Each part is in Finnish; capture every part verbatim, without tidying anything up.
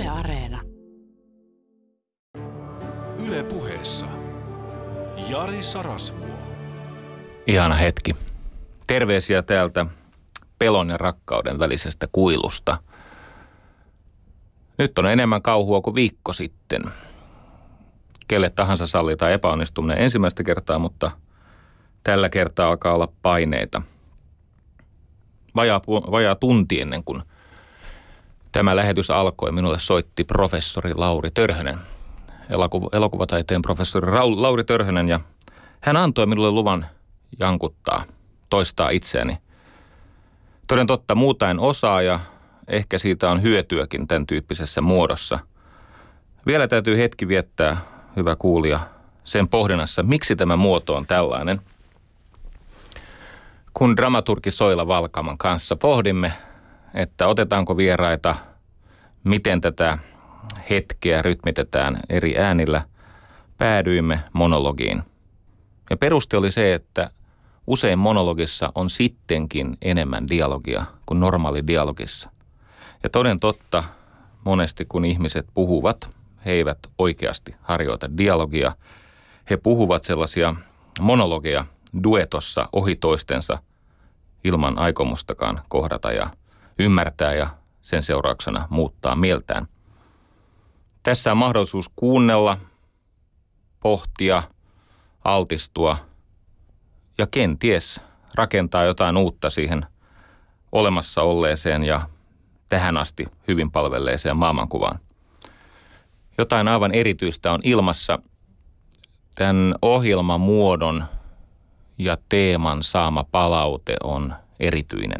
Yle Areena. Yle Puheessa Jari Sarasvuo. Ihana hetki. Terveisiä täältä pelon ja rakkauden välisestä kuilusta. Nyt on enemmän kauhua kuin viikko sitten. Kelle tahansa sallitaan epäonnistuminen ensimmäistä kertaa, mutta tällä kertaa alkaa olla paineita. Vajaa, vajaa tunti ennen kuin tämä lähetys alkoi, minulle soitti professori Lauri Törhönen, elokuva, elokuvataiteen professori Lauri Törhönen, ja hän antoi minulle luvan jankuttaa, toistaa itseäni. Toden totta, muuta en osaa ja ehkä siitä on hyötyäkin tämän tyyppisessä muodossa. Vielä täytyy hetki viettää, hyvä kuulija, sen pohdinnassa, miksi tämä muoto on tällainen. Kun dramaturgi Soila Valkaman kanssa pohdimme, että otetaanko vieraita, miten tätä hetkeä rytmitetään eri äänillä, päädyimme monologiin. Ja peruste oli se, että usein monologissa on sittenkin enemmän dialogia kuin normaali dialogissa. Ja toden totta, monesti kun ihmiset puhuvat, he eivät oikeasti harjoita dialogia. He puhuvat sellaisia monologeja duetossa ohi toistensa ilman aikomustakaan kohdata ja ymmärtää ja sen seurauksena muuttaa mieltään. Tässä on mahdollisuus kuunnella, pohtia, altistua ja kenties rakentaa jotain uutta siihen olemassa olleeseen ja tähän asti hyvin palvelleeseen maailmankuvaan. Jotain aivan erityistä on ilmassa. Tämän ohjelmamuodon ja teeman saama palaute on erityinen.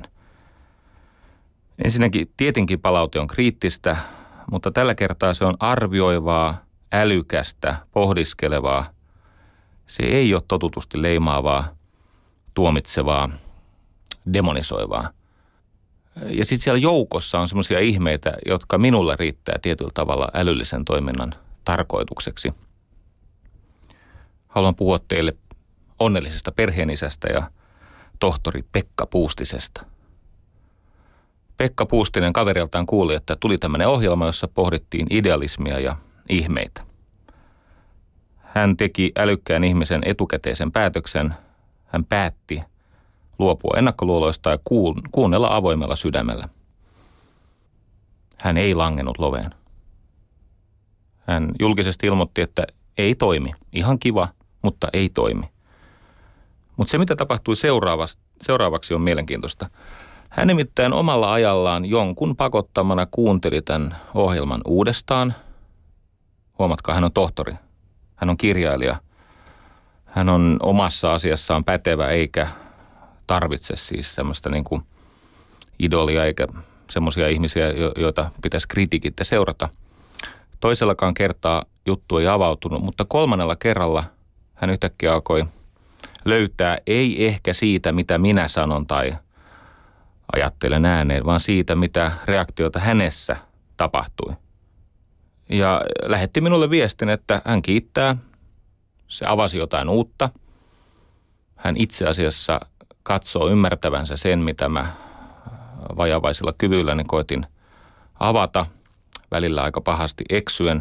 Ensinnäkin tietenkin palaute on kriittistä, mutta tällä kertaa se on arvioivaa, älykästä, pohdiskelevaa. Se ei ole totutusti leimaavaa, tuomitsevaa, demonisoivaa. Ja sitten siellä joukossa on semmoisia ihmeitä, jotka minulle riittää tietyllä tavalla älyllisen toiminnan tarkoitukseksi. Haluan puhua teille onnellisesta perheenisästä ja tohtori Pekka Puustisesta. Pekka Puustinen kaveriltaan kuuli, että tuli tämmöinen ohjelma, jossa pohdittiin idealismia ja ihmeitä. Hän teki älykkään ihmisen etukäteisen päätöksen. Hän päätti luopua ennakkoluuloista ja kuunnella avoimella sydämellä. Hän ei langennut loveen. Hän julkisesti ilmoitti, että ei toimi. Ihan kiva, mutta ei toimi. Mutta se, mitä tapahtui seuraavaksi, on mielenkiintoista. Hän nimittäin omalla ajallaan jonkun pakottamana kuunteli tämän ohjelman uudestaan. Huomatkaa, hän on tohtori. Hän on kirjailija. Hän on omassa asiassaan pätevä eikä tarvitse siis semmoista niin kuin idolia eikä semmoisia ihmisiä, joita pitäisi kritiikittä seurata. Toisellakaan kertaa juttu ei avautunut, mutta kolmannella kerralla hän yhtäkkiä alkoi löytää ei ehkä siitä, mitä minä sanon tai ajattelen ääneen, vaan siitä, mitä reaktiota hänessä tapahtui. Ja lähetti minulle viestin, että hän kiittää, se avasi jotain uutta. Hän itse asiassa katsoo ymmärtävänsä sen, mitä mä vajavaisilla kyvyilläni koitin avata, välillä aika pahasti eksyen.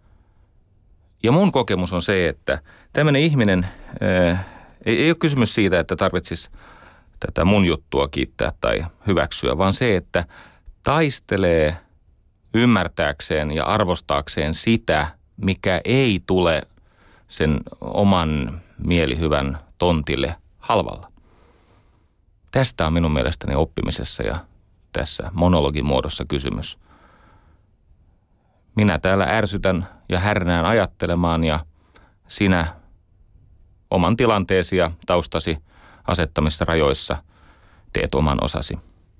Ja mun kokemus on se, että tämmöinen ihminen, ää, ei, ei ole kysymys siitä, että tarvitsisi tätä mun juttua kiittää tai hyväksyä, vaan se, että taistelee ymmärtääkseen ja arvostaakseen sitä, mikä ei tule sen oman mielihyvän tontille halvalla. Tästä on minun mielestäni oppimisessa ja tässä monologimuodossa kysymys. Minä täällä ärsytän ja härnään ajattelemaan ja sinä oman tilanteesi ja taustasi asettamissa rajoissa teet oman osasi.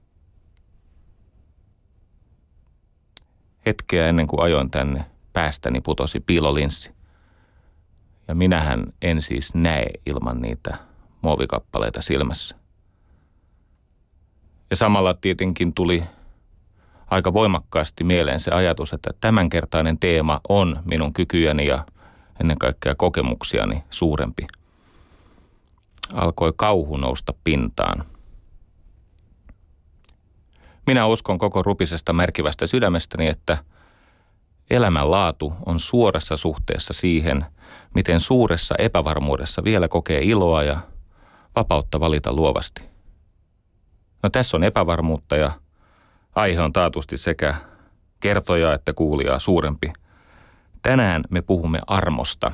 Hetkeä ennen kuin ajoin tänne, päästäni putosi piilolinssi. Ja minähän en siis näe ilman niitä muovikappaleita silmässä. Ja samalla tietenkin tuli aika voimakkaasti mieleen se ajatus, että tämänkertainen teema on minun kykyjäni ja ennen kaikkea kokemuksiani suurempi. Alkoi kauhu nousta pintaan. Minä uskon koko rupisesta märkivästä sydämestäni, että elämänlaatu on suorassa suhteessa siihen, miten suuressa epävarmuudessa vielä kokee iloa ja vapautta valita luovasti. No tässä on epävarmuutta ja aihe on taatusti sekä kertojaa että kuulijaa suurempi. Tänään me puhumme armosta.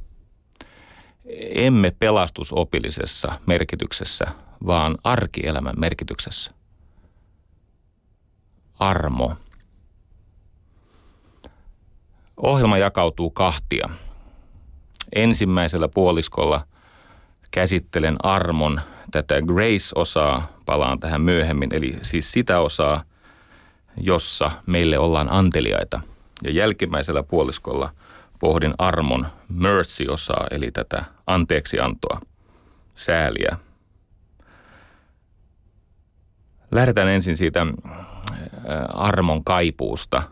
Emme pelastusopillisessa merkityksessä, vaan arkielämän merkityksessä. Armo. Ohjelma jakautuu kahtia. Ensimmäisellä puoliskolla käsittelen armon tätä grace-osaa, palaan tähän myöhemmin, eli siis sitä osaa, jossa meille ollaan anteliaita. Ja jälkimmäisellä puoliskolla pohdin armon mercy-osaa, eli tätä anteeksiantoa, sääliä. Lähdetään ensin siitä armon kaipuusta.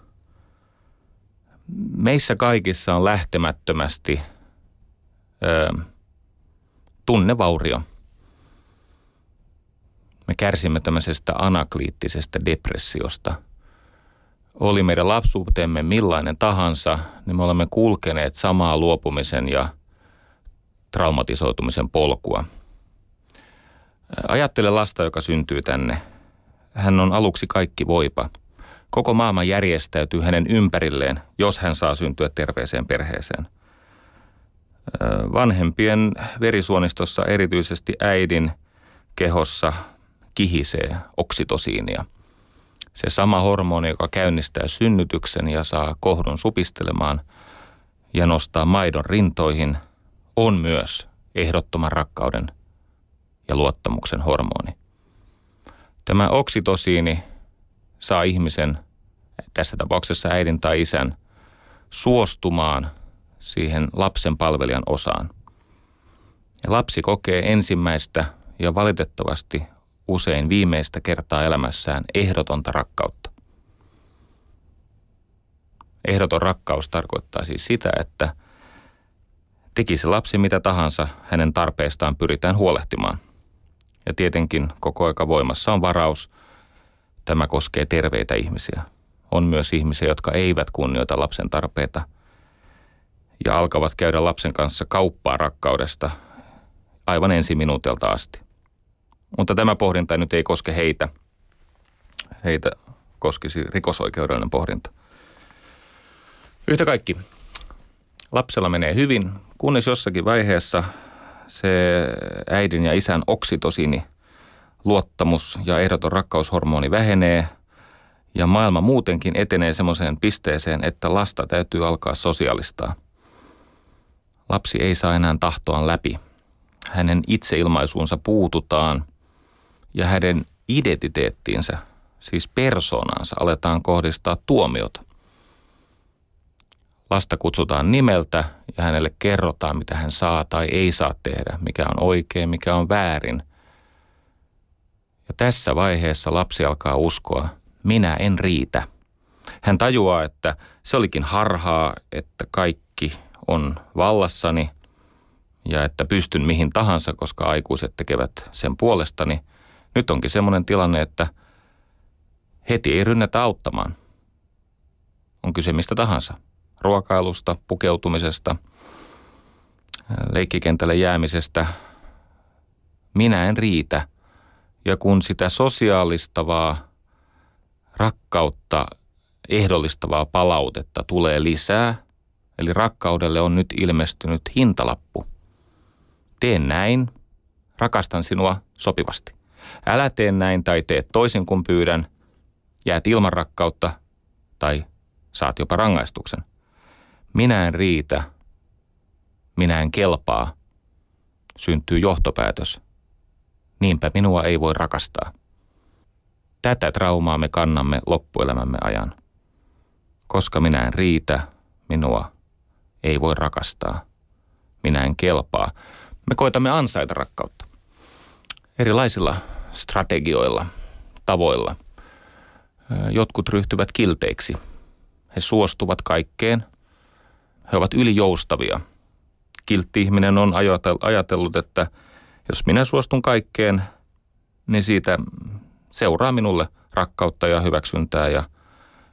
Meissä kaikissa on lähtemättömästi ö, tunnevaurio. Me kärsimme tämmöisestä anakliittisestä depressiosta. Oli meidän lapsuutemme millainen tahansa, niin me olemme kulkeneet samaa luopumisen ja traumatisoitumisen polkua. Ajattele lasta, joka syntyy tänne. Hän on aluksi kaikki voipa. Koko maailma järjestäytyy hänen ympärilleen, jos hän saa syntyä terveeseen perheeseen. Vanhempien verisuonistossa, erityisesti äidin kehossa, kihisee oksitosiinia. Se sama hormoni, joka käynnistää synnytyksen ja saa kohdun supistelemaan ja nostaa maidon rintoihin, on myös ehdottoman rakkauden ja luottamuksen hormoni. Tämä oksitosiini saa ihmisen, tässä tapauksessa äidin tai isän, suostumaan siihen lapsen palvelijan osaan. Ja lapsi kokee ensimmäistä ja valitettavasti usein viimeistä kertaa elämässään ehdotonta rakkautta. Ehdoton rakkaus tarkoittaa siis sitä, että tekisi lapsi mitä tahansa, hänen tarpeestaan pyritään huolehtimaan. Ja tietenkin koko aika voimassa on varaus. Tämä koskee terveitä ihmisiä. On myös ihmisiä, jotka eivät kunnioita lapsen tarpeita ja alkavat käydä lapsen kanssa kauppaa rakkaudesta aivan ensi minuutilta asti. Mutta tämä pohdinta nyt ei koske heitä. Heitä koskisi rikosoikeudellinen pohdinta. Yhtä kaikki. Lapsella menee hyvin, kunnes jossakin vaiheessa se äidin ja isän oksitosiini, luottamus ja ehdoton rakkaushormoni vähenee ja maailma muutenkin etenee semmoiseen pisteeseen, että lasta täytyy alkaa sosiaalistaa. Lapsi ei saa enää tahtoaan läpi. Hänen itseilmaisuunsa puututaan ja hänen identiteettiinsä, siis persoonansa, aletaan kohdistaa tuomiota. Lasta kutsutaan nimeltä ja hänelle kerrotaan, mitä hän saa tai ei saa tehdä, mikä on oikein, mikä on väärin. Ja tässä vaiheessa lapsi alkaa uskoa, minä en riitä. Hän tajuaa, että se olikin harhaa, että kaikki on vallassani ja että pystyn mihin tahansa, koska aikuiset tekevät sen puolestani. Nyt onkin semmoinen tilanne, että heti ei rynnätä auttamaan. On kyse mistä tahansa. Ruokailusta, pukeutumisesta, leikkikentälle jäämisestä. Minä en riitä. Ja kun sitä sosiaalistavaa, rakkautta, ehdollistavaa palautetta tulee lisää, eli rakkaudelle on nyt ilmestynyt hintalappu. Tee näin, rakastan sinua sopivasti. Älä tee näin tai tee toisin kuin pyydän, jäät ilman rakkautta tai saat jopa rangaistuksen. Minä en riitä, minä en kelpaa, syntyy johtopäätös. Niinpä minua ei voi rakastaa. Tätä traumaa me kannamme loppuelämämme ajan. Koska minä en riitä, minua ei voi rakastaa. Minä en kelpaa. Me koitamme ansaita rakkautta. Erilaisilla strategioilla, tavoilla. Jotkut ryhtyvät kilteiksi. He suostuvat kaikkeen. He ovat ylijoustavia. Kiltti ihminen on ajatellut, että jos minä suostun kaikkeen, niin siitä seuraa minulle rakkautta ja hyväksyntää ja,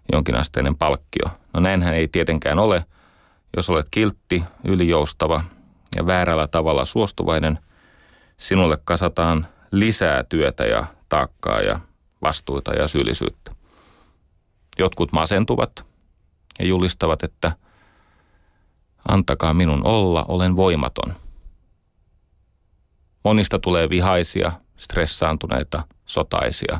jonkinasteinen palkkio. No näinhän ei tietenkään ole. Jos olet kiltti, ylijoustava ja väärällä tavalla suostuvainen, sinulle kasataan lisää työtä ja taakkaa ja vastuuta ja syyllisyyttä. Jotkut masentuvat ja julistavat, että antakaa minun olla, olen voimaton. Monista tulee vihaisia, stressaantuneita, sotaisia.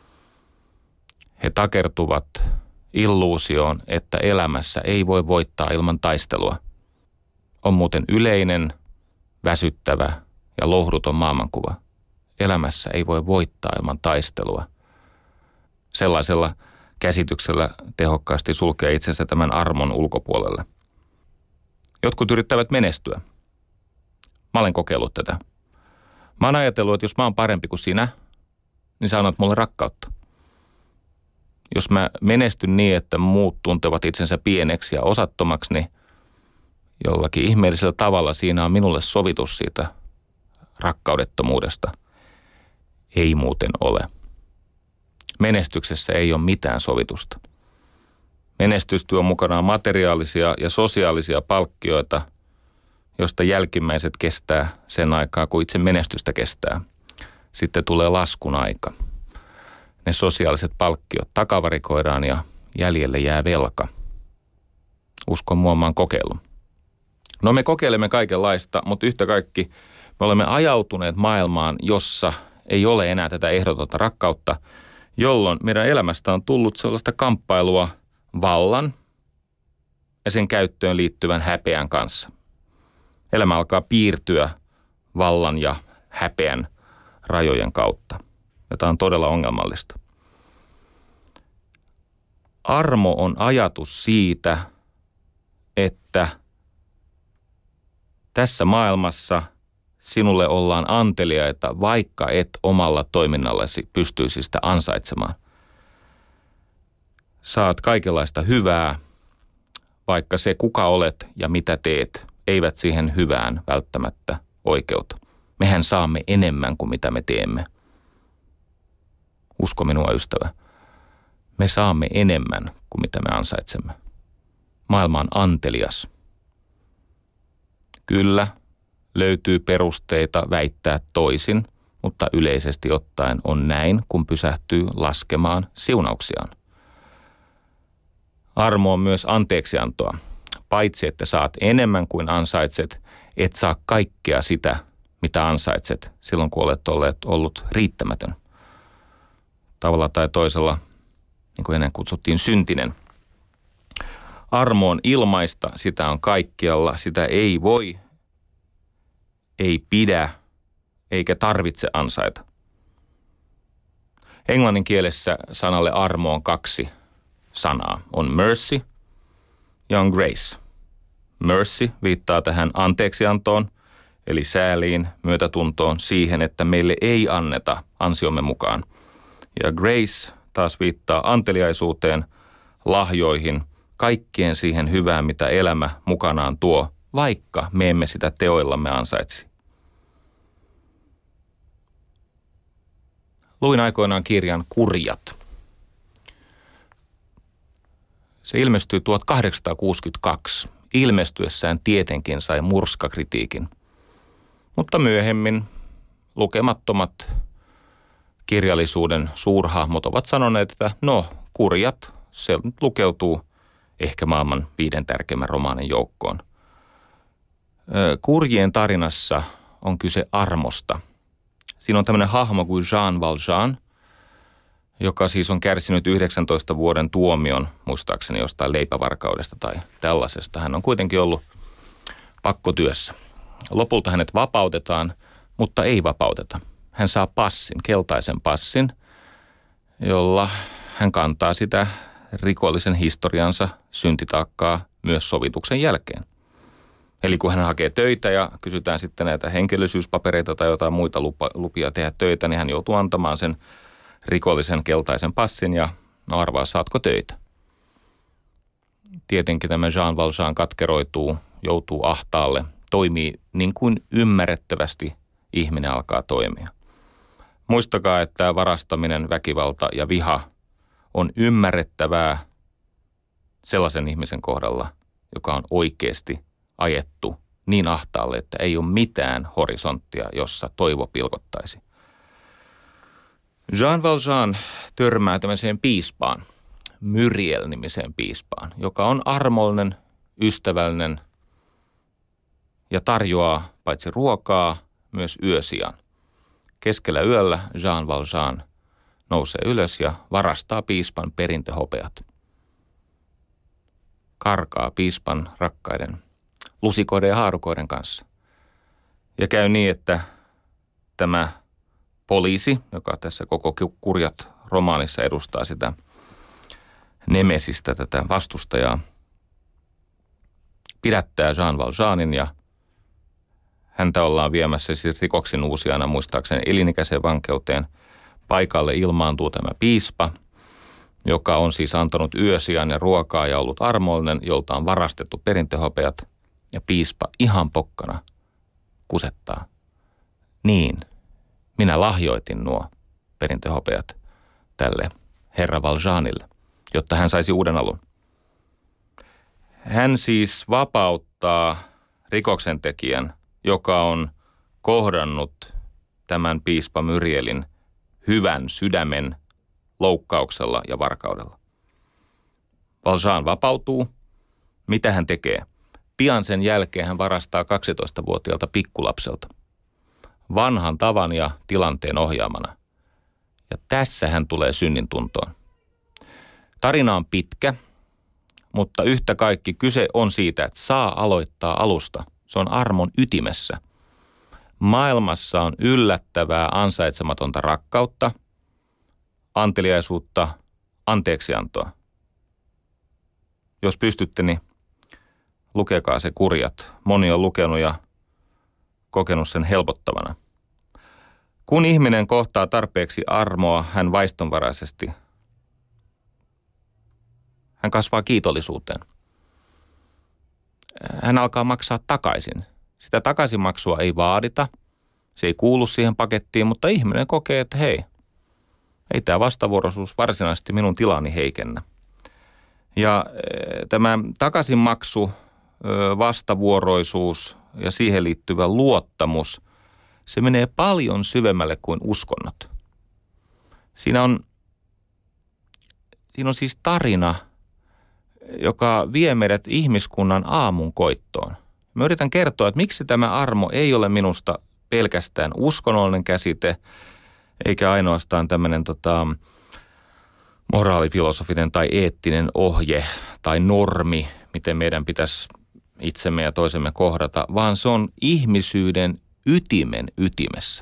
He takertuvat illuusioon, että elämässä ei voi voittaa ilman taistelua. On muuten yleinen, väsyttävä ja lohduton maailmankuva. Elämässä ei voi voittaa ilman taistelua. Sellaisella käsityksellä tehokkaasti sulkee itsensä tämän armon ulkopuolelle. Jotkut yrittävät menestyä. Mä olen kokeillut tätä. Mä oon ajatellut, että jos mä oon parempi kuin sinä, niin sä annat mulle rakkautta. Jos mä menestyn niin, että muut tuntevat itsensä pieneksi ja osattomaksi, niin jollakin ihmeellisellä tavalla siinä on minulle sovitus siitä rakkaudettomuudesta. Ei muuten ole. Menestyksessä ei ole mitään sovitusta. Menestys tuo mukanaan materiaalisia ja sosiaalisia palkkioita, josta jälkimmäiset kestää sen aikaa, kun itse menestystä kestää. Sitten tulee laskun aika. Ne sosiaaliset palkkiot takavarikoidaan ja jäljelle jää velka. Uskon mua, mä oon kokeillut. No me kokeilemme kaikenlaista, mutta yhtä kaikki me olemme ajautuneet maailmaan, jossa ei ole enää tätä ehdotonta rakkautta, jolloin meidän elämästä on tullut sellaista kamppailua vallan ja sen käyttöön liittyvän häpeän kanssa. Elämä alkaa piirtyä vallan ja häpeän rajojen kautta. Ja tämä on todella ongelmallista. Armo on ajatus siitä, että tässä maailmassa sinulle ollaan anteliaita, vaikka et omalla toiminnallasi pystyisi sitä ansaitsemaan. Saat kaikenlaista hyvää, vaikka se kuka olet ja mitä teet, eivät siihen hyvään välttämättä oikeuta. Mehän saamme enemmän kuin mitä me teemme. Usko minua, ystävä. Me saamme enemmän kuin mitä me ansaitsemme. Maailma on antelias. Kyllä, löytyy perusteita väittää toisin, mutta yleisesti ottaen on näin, kun pysähtyy laskemaan siunauksiaan. Armo on myös anteeksiantoa. Paitsi että saat enemmän kuin ansaitset, et saa kaikkea sitä, mitä ansaitset silloin, kun olet olleet, ollut riittämätön. Tavalla tai toisella, niin kuin ennen kutsuttiin, syntinen. Armo on ilmaista, sitä on kaikkialla, sitä ei voi, ei pidä, eikä tarvitse ansaita. Englannin kielessä sanalle armo on kaksi sanaa. On mercy ja on grace. Mercy viittaa tähän anteeksiantoon, eli sääliin, myötätuntoon, siihen, että meille ei anneta ansiomme mukaan. Ja grace taas viittaa anteliaisuuteen, lahjoihin, kaikkeen siihen hyvään, mitä elämä mukanaan tuo, vaikka me emme sitä teoillamme ansaitsi. Luin aikoinaan kirjan Kurjat. Se ilmestyi tuhatkahdeksansataakuusikymmentäkaksi. Ilmestyessään tietenkin sai murskakritiikin. Mutta myöhemmin lukemattomat kirjallisuuden suurhahmot ovat sanoneet, että no, Kurjat, se lukeutuu ehkä maailman viiden tärkeimmän romaanin joukkoon. Kurjien tarinassa on kyse armosta. Siinä on tämmöinen hahmo kuin Jean Valjean, joka siis on kärsinyt yhdeksäntoista vuoden tuomion, muistaakseni jostain leipävarkaudesta tai tällaisesta. Hän on kuitenkin ollut pakkotyössä. Lopulta hänet vapautetaan, mutta ei vapauteta. Hän saa passin, keltaisen passin, jolla hän kantaa sitä rikollisen historiansa syntitaakkaa myös sovituksen jälkeen. Eli kun hän hakee töitä ja kysytään sitten näitä henkilöllisyyspapereita tai jotain muita lupa, lupia tehdä töitä, niin hän joutuu antamaan sen rikollisen keltaisen passin ja no arvaa, saatko töitä. Tietenkin tämä Jean Valjean katkeroituu, joutuu ahtaalle, toimii niin kuin ymmärrettävästi ihminen alkaa toimia. Muistakaa, että varastaminen, väkivalta ja viha on ymmärrettävää sellaisen ihmisen kohdalla, joka on oikeasti ajettu niin ahtaalle, että ei ole mitään horisonttia, jossa toivo pilkottaisi. Jean Valjean törmää tämmöiseen piispaan, Myriel-nimiseen piispaan, joka on armollinen, ystävällinen ja tarjoaa paitsi ruokaa, myös yösijan. Keskellä yöllä Jean Valjean nousee ylös ja varastaa piispan perintöhopeat. Karkaa piispan rakkaiden lusikoiden ja haarukoiden kanssa. Ja käy niin, että tämä poliisi, joka tässä koko Kurjat romaanissa edustaa sitä Nemesistä, tätä vastustajaa, pidättää Jean Valjeanin ja häntä ollaan viemässä siis rikoksen uusijana muistaakseni elinikäiseen vankeuteen. Paikalle ilmaantuu tämä piispa, joka on siis antanut yösijan ja ruokaa ja ollut armollinen, jolta on varastettu perintöhopeat. Ja piispa ihan pokkana kusettaa. Niin, minä lahjoitin nuo perintöhopeat tälle herra Valjeanille, jotta hän saisi uuden alun. Hän siis vapauttaa rikoksentekijän, joka on kohdannut tämän piispa Myrielin hyvän sydämen loukkauksella ja varkaudella. Valjean vapautuu. Mitä hän tekee? Pian sen jälkeen hän varastaa kaksitoistavuotiaalta pikkulapselta. Vanhan tavan ja tilanteen ohjaamana. Ja tässä hän tulee synnintuntoon. Tarina on pitkä, mutta yhtä kaikki kyse on siitä, että saa aloittaa alusta. Se on armon ytimessä. Maailmassa on yllättävää ansaitsematonta rakkautta, anteliaisuutta, anteeksiantoa. Jos pystytte, niin lukekaa se Kurjat. Moni on lukenut ja kokenut sen helpottavana. Kun ihminen kohtaa tarpeeksi armoa, hän vaistonvaraisesti, hän kasvaa kiitollisuuteen. Hän alkaa maksaa takaisin. Sitä takaisinmaksua ei vaadita, se ei kuulu siihen pakettiin, mutta ihminen kokee, että hei, ei tämä vastavuoroisuus varsinaisesti minun tilani heikennä. Ja tämä takaisinmaksu, vastavuoroisuus ja siihen liittyvä luottamus, se menee paljon syvemmälle kuin uskonnot. Siinä on, siinä on siis tarina, joka vie meidät ihmiskunnan aamun koittoon. Mä yritän kertoa, että miksi tämä armo ei ole minusta pelkästään uskonnollinen käsite, eikä ainoastaan tämmöinen tota, moraalifilosofinen tai eettinen ohje tai normi, miten meidän pitäisi itsemme ja toisemme kohdata, vaan se on ihmisyyden ytimen ytimessä.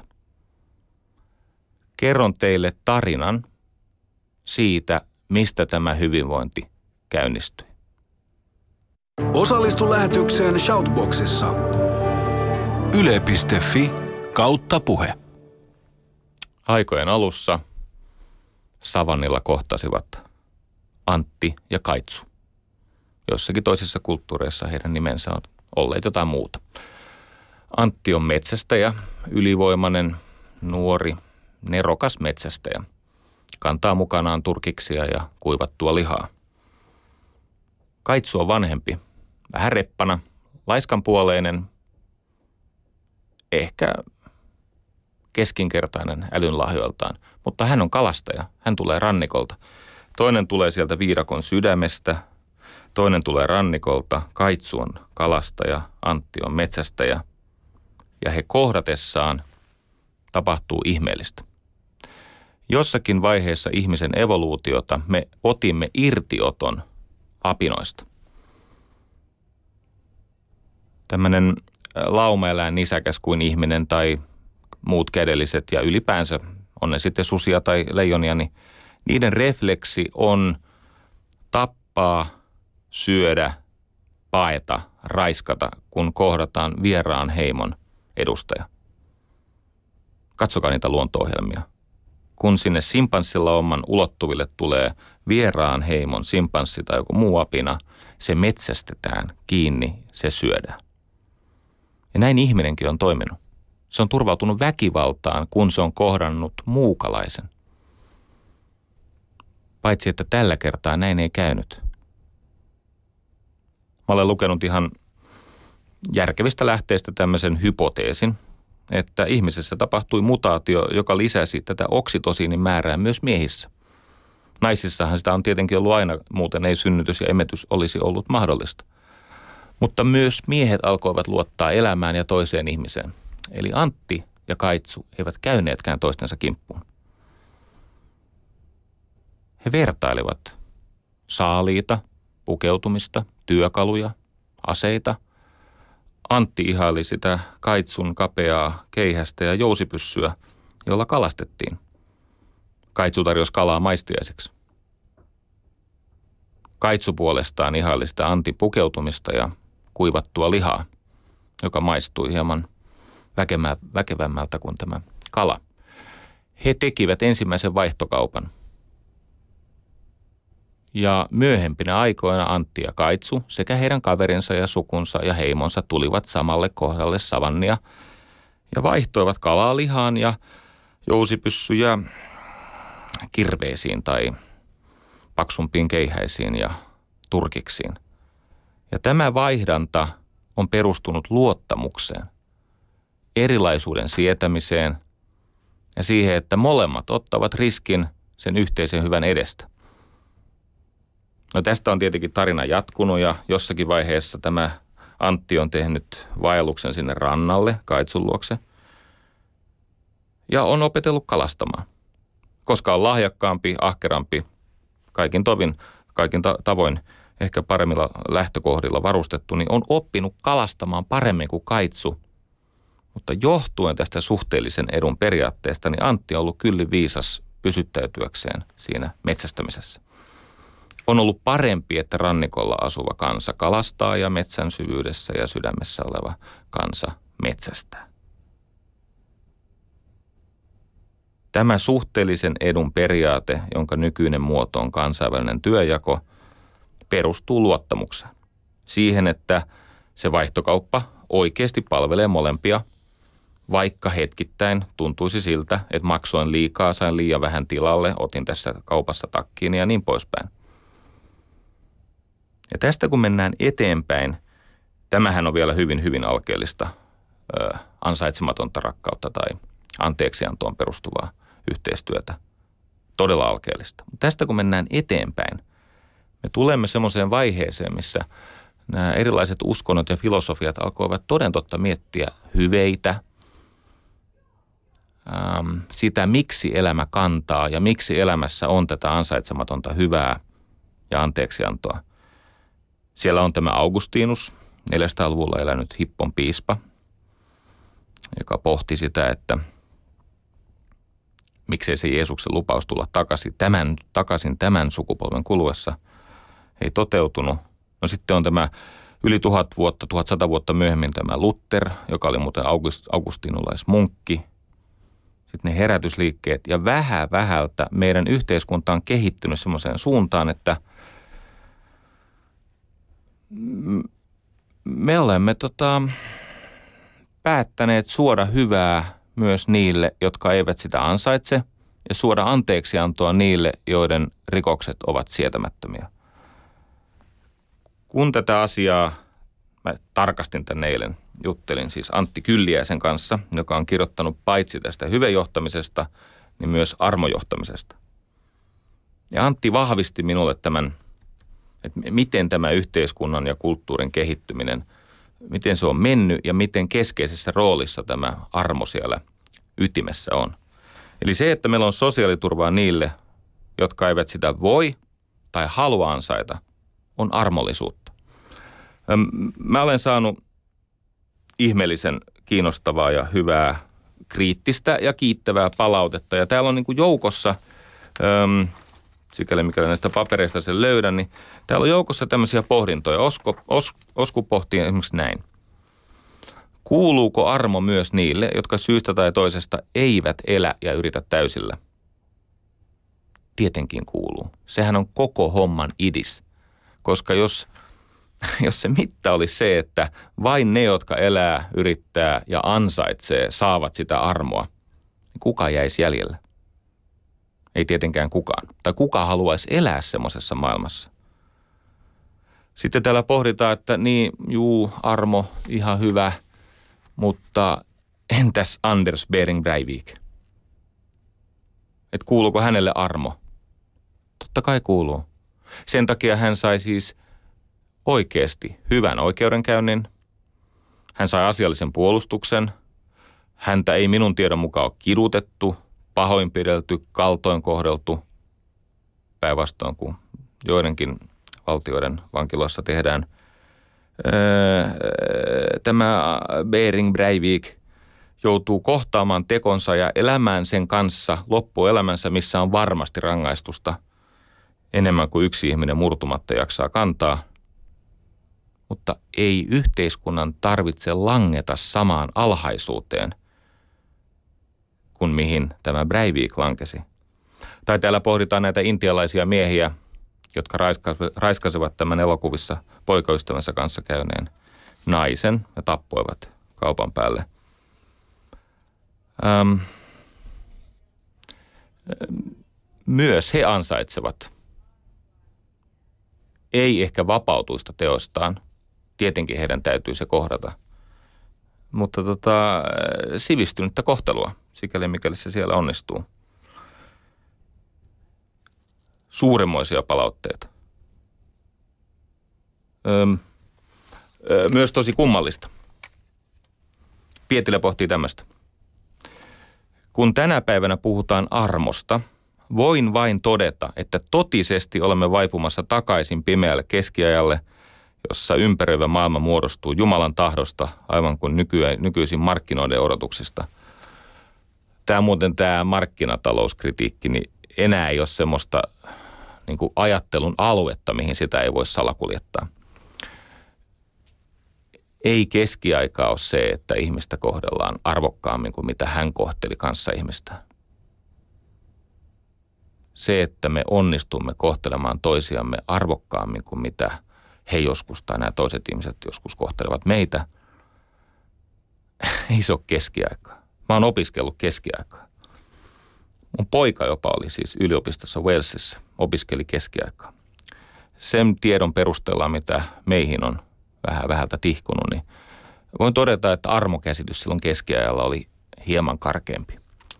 Kerron teille tarinan siitä, mistä tämä hyvinvointi käynnistyi. Osallistu lähetykseen Shoutboxissa. Yle piste fi kautta puhe. Aikojen alussa savannilla kohtasivat Antti ja Kaitsu. Jossakin toisissa kulttuureissa heidän nimensä on olleet jotain muuta. Antti on metsästäjä, ylivoimainen, nuori, nerokas metsästäjä. Kantaa mukanaan turkiksia ja kuivattua lihaa. Kaitsu on vanhempi, vähän reppana, laiskanpuoleinen, ehkä keskinkertainen älynlahjoiltaan, mutta hän on kalastaja, hän tulee rannikolta. Toinen tulee sieltä viidakon sydämestä, toinen tulee rannikolta, Kaitsu on kalastaja, Antti on metsästäjä ja he kohdatessaan tapahtuu ihmeellistä. Jossakin vaiheessa ihmisen evoluutiota me otimme irtioton apinoista. Tämmöinen laumaeläin nisäkäs kuin ihminen tai muut kädelliset ja ylipäänsä, on ne sitten susia tai leijonia, niin niiden refleksi on tappaa, syödä, paeta, raiskata, kun kohdataan vieraan heimon edustaja. Katsokaa niitä luonto-ohjelmia. Kun sinne simpanssilla ulottuville tulee vieraan heimon simpanssi tai joku muu apina, se metsästetään kiinni, se syödään. Ja näin ihminenkin on toiminut. Se on turvautunut väkivaltaan, kun se on kohdannut muukalaisen. Paitsi, että tällä kertaa näin ei käynyt. Mä olen lukenut ihan järkevistä lähteistä tämmöisen hypoteesin, että ihmisessä tapahtui mutaatio, joka lisäsi tätä oksitosiinin määrää myös miehissä. Naisissahan sitä on tietenkin ollut aina, muuten ei synnytys ja emetys olisi ollut mahdollista. Mutta myös miehet alkoivat luottaa elämään ja toiseen ihmiseen. Eli Antti ja Kaitsu eivät käyneetkään toistensa kimppuun. He vertailivat saaliita, pukeutumista, työkaluja, aseita. Antti ihaili sitä Kaitsun kapeaa keihästä ja jousipyssyä, jolla kalastettiin. Kaitsu tarjosi kalaa maistiaiseksi. Kaitsu puolestaan ihaili sitä Antin pukeutumista ja kuivattua lihaa, joka maistui hieman väkevämmältä kuin tämä kala. He tekivät ensimmäisen vaihtokaupan. Ja myöhempinä aikoina Antti ja Kaitsu sekä heidän kaverinsa ja sukunsa ja heimonsa tulivat samalle kohdalle savannia ja vaihtoivat kalaa lihaan ja jousipyssyjä kirveisiin tai paksumpiin keihäisiin ja turkiksiin. Ja tämä vaihdanta on perustunut luottamukseen, erilaisuuden sietämiseen ja siihen, että molemmat ottavat riskin sen yhteisen hyvän edestä. No tästä on tietenkin tarina jatkunut ja jossakin vaiheessa tämä Antti on tehnyt vaelluksen sinne rannalle Kaitsun luokse ja on opetellut kalastamaan. Koska on lahjakkaampi, ahkerampi, kaikin tovin, kaikin ta- tavoin ehkä paremmilla lähtökohdilla varustettu, niin on oppinut kalastamaan paremmin kuin Kaitsu. Mutta johtuen tästä suhteellisen edun periaatteesta, niin Antti on ollut kyllin viisas pysyttäytyäkseen siinä metsästämisessä. On ollut parempi, että rannikolla asuva kansa kalastaa ja metsän syvyydessä ja sydämessä oleva kansa metsästää. Tämä suhteellisen edun periaate, jonka nykyinen muoto on kansainvälinen työnjako, perustuu luottamukseen. Siihen, että se vaihtokauppa oikeasti palvelee molempia, vaikka hetkittäin tuntuisi siltä, että maksoin liikaa, sain liian vähän tilalle, otin tässä kaupassa takkiin ja niin poispäin. Ja tästä kun mennään eteenpäin, tämähän on vielä hyvin, hyvin alkeellista, ö, ansaitsematonta rakkautta tai anteeksiantoon perustuvaa yhteistyötä. Todella alkeellista. Tästä kun mennään eteenpäin, me tulemme semmoiseen vaiheeseen, missä nämä erilaiset uskonnot ja filosofiat alkoivat toden totta miettiä hyveitä, ähm, sitä miksi elämä kantaa ja miksi elämässä on tätä ansaitsematonta hyvää ja anteeksiantoa. Siellä on tämä Augustinus, neljäsataaluvulla elänyt Hippon piispa, joka pohti sitä, että miksei se Jeesuksen lupaus tulla takaisin tämän, takaisin tämän sukupolven kuluessa ei toteutunut. No sitten on tämä yli tuhat vuotta, tuhatsata vuotta myöhemmin tämä Luther, joka oli muuten august, augustinulaismunkki. Sitten ne herätysliikkeet ja vähä vähältä meidän yhteiskunta on kehittynyt semmoiseen suuntaan, että me olemme tota, päättäneet suoda hyvää myös niille, jotka eivät sitä ansaitse, ja suoda anteeksiantoa niille, joiden rikokset ovat sietämättömiä. Kun tätä asiaa, mä tarkastin tän eilen, juttelin siis Antti Kylliäisen kanssa, joka on kirjoittanut paitsi tästä hyvejohtamisesta, niin myös armojohtamisesta. Ja Antti vahvisti minulle tämän, että miten tämä yhteiskunnan ja kulttuurin kehittyminen, miten se on mennyt ja miten keskeisessä roolissa tämä armo siellä ytimessä on. Eli se, että meillä on sosiaaliturvaa niille, jotka eivät sitä voi tai halua ansaita, on armollisuutta. Mä olen saanut ihmeellisen kiinnostavaa ja hyvää, kriittistä ja kiittävää palautetta. Ja täällä on niin kuin joukossa, äm, sikäli mikäli näistä papereista sen löydän, niin täällä on joukossa tämmöisiä pohdintoja. Osko, Os, Osku pohtii esimerkiksi näin. Kuuluuko armo myös niille, jotka syystä tai toisesta eivät elä ja yritä täysillä? Tietenkin kuuluu. Sehän on koko homman idis. Koska jos, jos se mitta olisi se, että vain ne, jotka elää, yrittää ja ansaitsee, saavat sitä armoa, niin kuka jäisi jäljellä? Ei tietenkään kukaan. Tai kuka haluaisi elää semmoisessa maailmassa? Sitten täällä pohditaan, että niin, juu, armo, ihan hyvä, mutta entäs Anders Behring Breivik? Että kuuluuko hänelle armo? Totta kai kuuluu. Sen takia hän sai siis oikeasti hyvän oikeudenkäynnin. Hän sai asiallisen puolustuksen. Häntä ei minun tiedon mukaan ole kidutettu, pahoinpidelty, kaltoin kohdeltu. Päinvastoin kuin joidenkin valtioiden vankiloissa tehdään. Tämä Behring Breivik joutuu kohtaamaan tekonsa ja elämään sen kanssa loppuelämänsä, missä on varmasti rangaistusta enemmän kuin yksi ihminen murtumatta jaksaa kantaa. Mutta ei yhteiskunnan tarvitse langeta samaan alhaisuuteen kuin mihin tämä Breivik lankesi. Tai täällä pohditaan näitä intialaisia miehiä, jotka raiskasivat tämän elokuvissa poikaystävänsä kanssa käyneen naisen ja tappoivat kaupan päälle. Öm, myös he ansaitsevat, ei ehkä vapautuista teostaan, tietenkin heidän täytyy se kohdata, mutta tota, sivistynyttä kohtelua, sikäli mikäli se siellä onnistuu. Suuremmoisia palautteita. Öm, ö, myös tosi kummallista. Pietilä pohtii tämmöistä. Kun tänä päivänä puhutaan armosta, voin vain todeta, että totisesti olemme vaipumassa takaisin pimeälle keskiajalle, jossa ympäröivä maailma muodostuu Jumalan tahdosta, aivan kuin nykyään, nykyisin markkinoiden odotuksista. Tämä muuten tämä markkinatalouskritiikki, niin enää ei ole semmoista niin kuin ajattelun aluetta, mihin sitä ei voi salakuljettaa. Ei keskiaikaa ole se, että ihmistä kohdellaan arvokkaammin kuin mitä hän kohteli kanssaihmistä. Se, että me onnistumme kohtelemaan toisiamme arvokkaammin kuin mitä he joskus tai nämä toiset ihmiset joskus kohtelevat meitä, ei se ole keskiaikaa. Mä oon opiskellut keskiaikaa. Mun poika jopa oli siis yliopistossa Walesissa, opiskeli keskiaikaa. Sen tiedon perusteella, mitä meihin on vähän vähältä tihkunut, niin voin todeta, että armokäsitys silloin keskiajalla oli hieman karkeampi.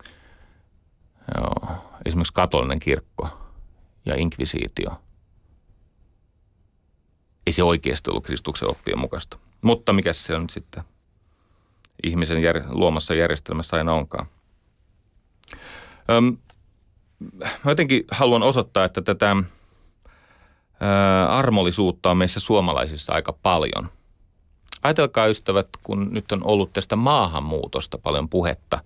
Joo. Esimerkiksi katolinen kirkko ja inkvisiitio. Ei se oikeasti ollut Kristuksen oppien mukaista. Mutta mikä se on nyt sitten ihmisen jär, luomassa järjestelmässä aina onkaan. Öm, mä jotenkin haluan osoittaa, että tätä ä, armollisuutta on meissä suomalaisissa aika paljon. Ajatelkaa ystävät, kun nyt on ollut tästä maahanmuutosta paljon puhetta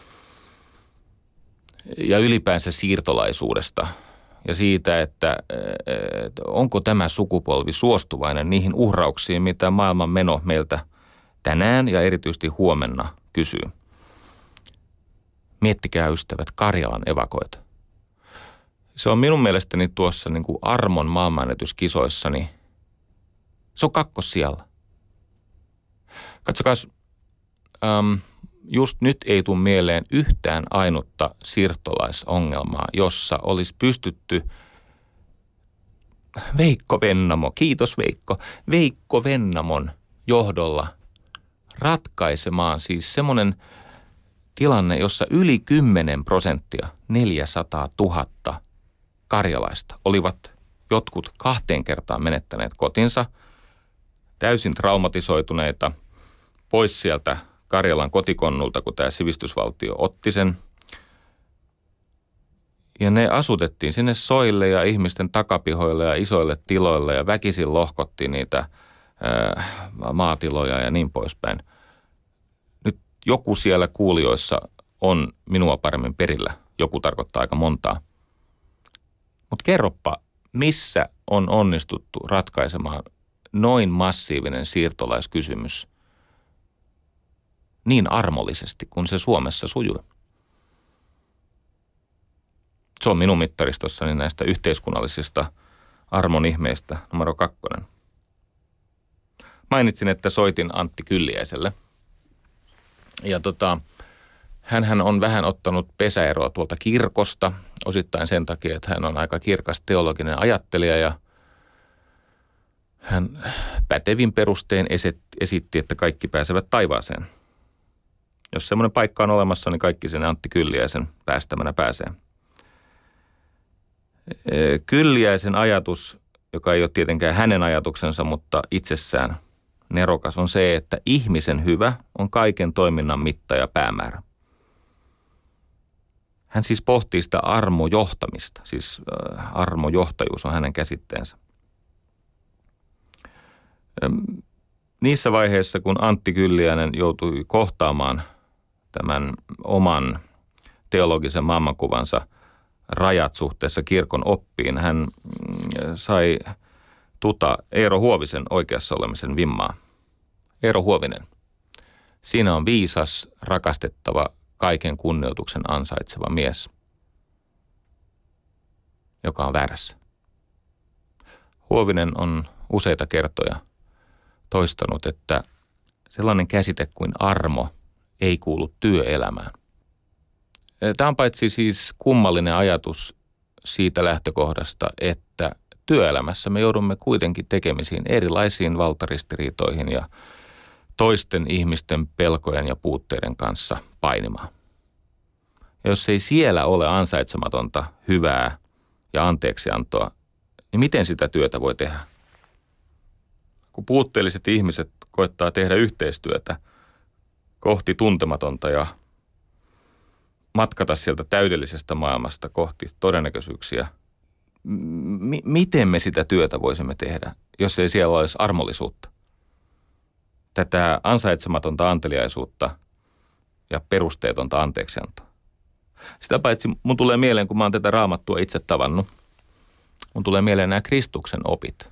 ja ylipäänsä siirtolaisuudesta ja siitä, että, että onko tämä sukupolvi suostuvainen niihin uhrauksiin, mitä maailman meno meiltä tänään ja erityisesti huomenna kysyy. Miettikää ystävät Karjalan evakoita. Se on minun mielestäni tuossa niin kuin armon maailmanennätyskisoissa, niin se on kakkossijalla. Katsokaa, ähm, just nyt ei tule mieleen yhtään ainutta siirtolaisongelmaa, jossa olisi pystytty Veikko Vennamo, kiitos Veikko, Veikko Vennamon johdolla ratkaisemaan siis semmoinen tilanne, jossa yli kymmenen prosenttia, neljäsataatuhatta karjalaista olivat jotkut kahteen kertaan menettäneet kotinsa, täysin traumatisoituneita, pois sieltä Karjalan kotikonnulta, kun tämä sivistysvaltio otti sen. Ja ne asutettiin sinne soille ja ihmisten takapihoille ja isoille tiloille ja väkisin lohkottiin niitä ää, maatiloja ja niin poispäin. Nyt joku siellä kuulijoissa on minua paremmin perillä. Joku tarkoittaa aika montaa. Mutta kerropa, missä on onnistuttu ratkaisemaan noin massiivinen siirtolaiskysymys niin armollisesti, kun se Suomessa sujui. Se on minun mittaristossani näistä yhteiskunnallisista armon ihmeistä numero kakkonen. Mainitsin, että soitin Antti Kylliäiselle. Ja tota, hänhän on vähän ottanut pesäeroa tuolta kirkosta, osittain sen takia, että hän on aika kirkas teologinen ajattelija ja Hän pätevin perustein esitti, että kaikki pääsevät taivaaseen. Jos semmoinen paikka on olemassa, niin kaikki sen Antti Kylliäisen päästämänä pääsee. Kylliäisen ajatus, joka ei ole tietenkään hänen ajatuksensa, mutta itsessään nerokas, on se, että ihmisen hyvä on kaiken toiminnan mitta ja päämäärä. Hän siis pohtii sitä armojohtamista, siis armojohtajuus on hänen käsitteensä. Niissä vaiheissa, kun Antti Kylliäinen joutui kohtaamaan tämän oman teologisen maailmankuvansa rajat suhteessa kirkon oppiin, hän sai tuta Eero Huovisen oikeassa olemisen vimmaa. Eero Huovinen. Siinä on viisas, rakastettava, kaiken kunnioituksen ansaitseva mies, joka on väärässä. Huovinen on useita kertoja toistanut, että sellainen käsite kuin armo ei kuulu työelämään. Tämä on paitsi siis kummallinen ajatus siitä lähtökohdasta, että työelämässä me joudumme kuitenkin tekemisiin erilaisiin valtaristiriitoihin ja toisten ihmisten pelkojen ja puutteiden kanssa painimaan. Ja jos ei siellä ole ansaitsematonta hyvää ja anteeksiantoa, niin miten sitä työtä voi tehdä? Kun puutteelliset ihmiset koettaa tehdä yhteistyötä kohti tuntematonta ja matkata sieltä täydellisestä maailmasta kohti todennäköisyyksiä, M- miten me sitä työtä voisimme tehdä, jos ei siellä olisi armollisuutta? Tätä ansaitsematonta anteliaisuutta ja perusteetonta anteeksiantoa. Sitä paitsi mun tulee mieleen, kun mä oon tätä raamattua itse tavannut, mun tulee mieleen nämä Kristuksen opit.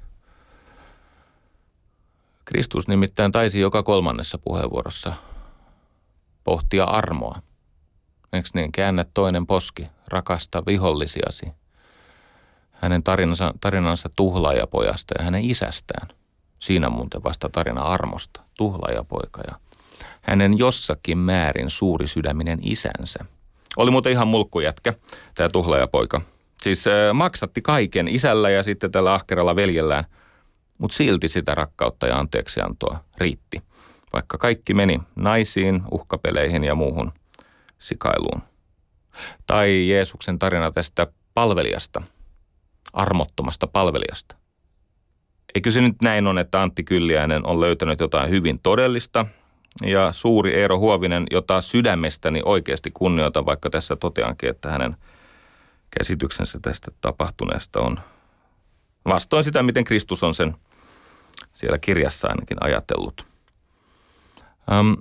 Kristus nimittäin taisi joka kolmannessa puheenvuorossa pohtia armoa. Eikö niin? Käännä toinen poski, rakasta vihollisiasi. Hänen tarinansa, tarinansa tuhlaajapojasta ja hänen isästään. Siinä muuten vasta tarina armosta, tuhlaajapoika ja hänen jossakin määrin suuri sydäminen isänsä. Oli muuten ihan mulkkujätkä, tämä tuhlaajapoika. Siis äh, maksatti kaiken isällä ja sitten tällä ahkeralla veljellään, mutta silti sitä rakkautta ja anteeksiantoa riitti. Vaikka kaikki meni naisiin, uhkapeleihin ja muuhun sikailuun. Tai Jeesuksen tarina tästä palvelijasta, armottomasta palvelijasta. Eikö se nyt näin on, että Antti Kylliäinen on löytänyt jotain hyvin todellista ja suuri Eero Huovinen, jota sydämestäni oikeasti kunnioitan, vaikka tässä toteankin, että hänen käsityksensä tästä tapahtuneesta on vastoin sitä, miten Kristus on sen siellä kirjassa ainakin ajatellut. Ähm,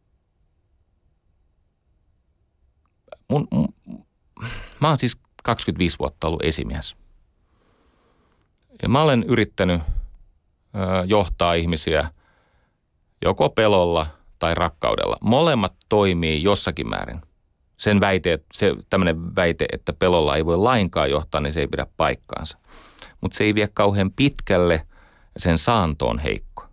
mun, mun, mä oon siis kaksikymmentäviisi vuotta ollut esimies. Ja mä olen yrittänyt ö, johtaa ihmisiä joko pelolla tai rakkaudella. Molemmat toimii jossakin määrin. Sen väite, se tämmöinen väite, että pelolla ei voi lainkaan johtaa, niin se ei pidä paikkaansa. Mutta se ei vie kauhean pitkälle ja sen saanto on heikko.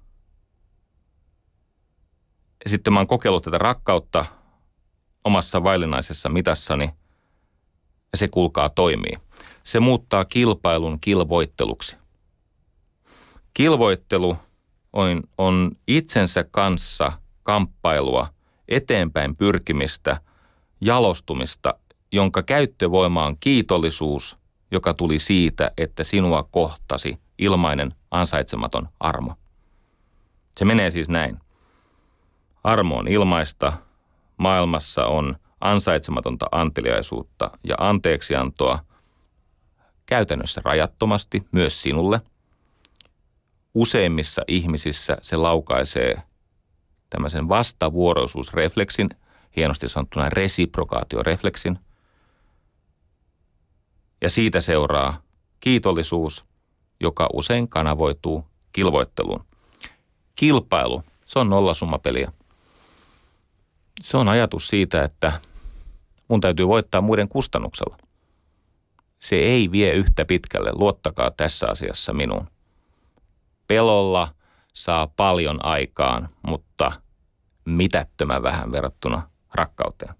Ja sitten mä oon kokeillut tätä rakkautta omassa vaillinaisessa mitassani ja se kuulkaa toimii. Se muuttaa kilpailun kilvoitteluksi. Kilvoittelu on, on itsensä kanssa kamppailua, eteenpäin pyrkimistä, jalostumista, jonka käyttövoima on kiitollisuus, joka tuli siitä, että sinua kohtasi ilmainen ansaitsematon armo. Se menee siis näin. Armo on ilmaista, maailmassa on ansaitsematonta anteliaisuutta ja anteeksiantoa käytännössä rajattomasti myös sinulle. Useimmissa ihmisissä se laukaisee tämmöisen vastavuoroisuusrefleksin, hienosti sanottuna resiprokaatiorefleksin. Ja siitä seuraa kiitollisuus, joka usein kanavoituu kilvoitteluun. Kilpailu, se on nollasummapeliä. Se on ajatus siitä, että mun täytyy voittaa muiden kustannuksella. Se ei vie yhtä pitkälle, luottakaa tässä asiassa minuun. Pelolla saa paljon aikaan, mutta mitättömän vähän verrattuna rakkauteen.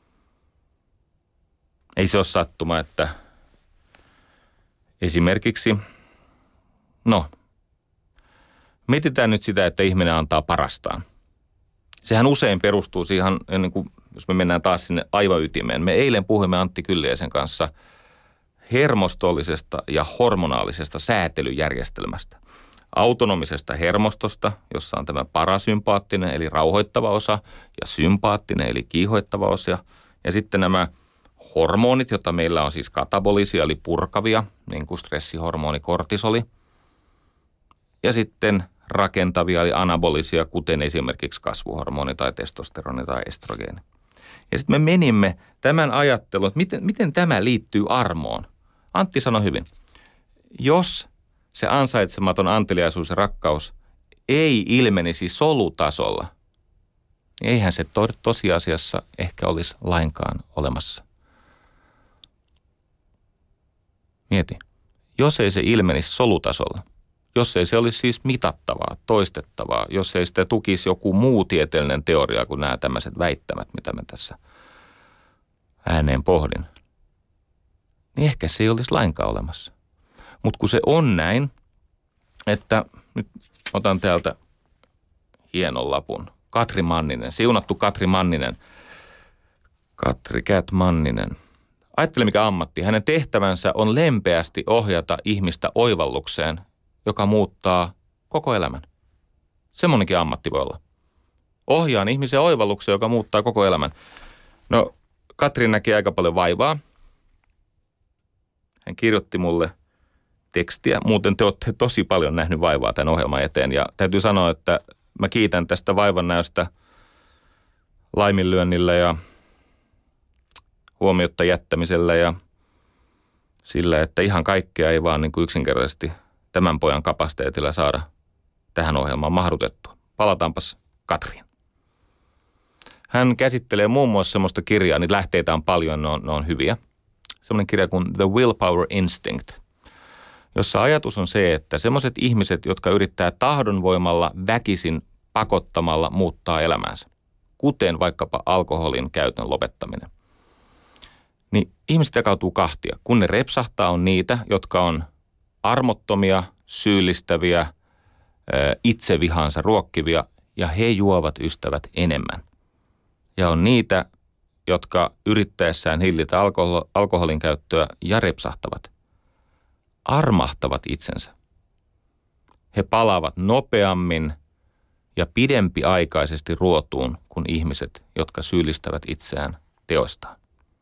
Ei se ole sattuma, että esimerkiksi, no, Mietitään nyt sitä, että ihminen antaa parastaan. Sehän usein perustuu siihen, niin kuin, jos me mennään taas sinne aivoytimeen. Me eilen puhuimme Antti Kylliäisen kanssa hermostollisesta ja hormonaalisesta säätelyjärjestelmästä. Autonomisesta hermostosta, jossa on tämä parasympaattinen eli rauhoittava osa ja sympaattinen eli kiihoittava osa. Ja sitten nämä hormonit, joita meillä on siis katabolisia eli purkavia, niin kuin stressihormoni kortisoli. Ja sitten rakentavia eli anabolisia, kuten esimerkiksi kasvuhormoni tai testosteroni tai estrogeeni. Ja sitten me menimme tämän ajattelun, että miten, miten tämä liittyy armoon. Antti sanoi hyvin, jos se ansaitsematon anteliaisuus ja rakkaus ei ilmenisi solutasolla, niin eihän se to- tosiasiassa ehkä olisi lainkaan olemassa. Mieti, jos ei se ilmenisi solutasolla, jos ei se olisi siis mitattavaa, toistettavaa, jos ei sitä tukisi joku muu tieteellinen teoria kuin nämä tämmöiset väittämät, mitä mä tässä ääneen pohdin, niin ehkä se ei olisi lainkaan olemassa. Mutta kun se on näin, että nyt otan täältä hienon lapun. Katri Manninen, siunattu Katri Manninen. Katri Kät Manninen. Ajattele mikä ammatti. Hänen tehtävänsä on lempeästi ohjata ihmistä oivallukseen, joka muuttaa koko elämän. Semmoinenkin ammatti voi olla. Ohjaan ihmisen oivallukseen, joka muuttaa koko elämän. No, Katri näki aika paljon vaivaa. Hän kirjoitti mulle tekstiä. Muuten te olette tosi paljon nähnyt vaivaa tämän ohjelman eteen. Ja täytyy sanoa, että mä kiitän tästä vaivannäöstä laiminlyönnillä ja huomiotta jättämisellä ja sillä, että ihan kaikkea ei vaan niin kuin yksinkertaisesti tämän pojan kapasiteetilla saada tähän ohjelmaan mahdutettua. Palataanpas Katriin. Hän käsittelee muun muassa semmoista kirjaa, niitä lähteitä on paljon, ne on, ne on hyviä. Semmoinen kirja kuin The Willpower Instinct, jossa ajatus on se, että semmoiset ihmiset, jotka yrittää tahdonvoimalla väkisin pakottamalla muuttaa elämäänsä, kuten vaikkapa alkoholin käytön lopettaminen, niin ihmiset jakautuu kahtia. Kun ne repsahtaa, on niitä, jotka on armottomia, syyllistäviä, itsevihansa ruokkivia, ja he juovat ystävät enemmän. Ja on niitä, jotka yrittäessään hillitä alkohol- alkoholin käyttöä ja repsahtavat, armahtavat itsensä. He palaavat nopeammin ja pidempiaikaisesti ruotuun kuin ihmiset, jotka syyllistävät itseään teoistaan.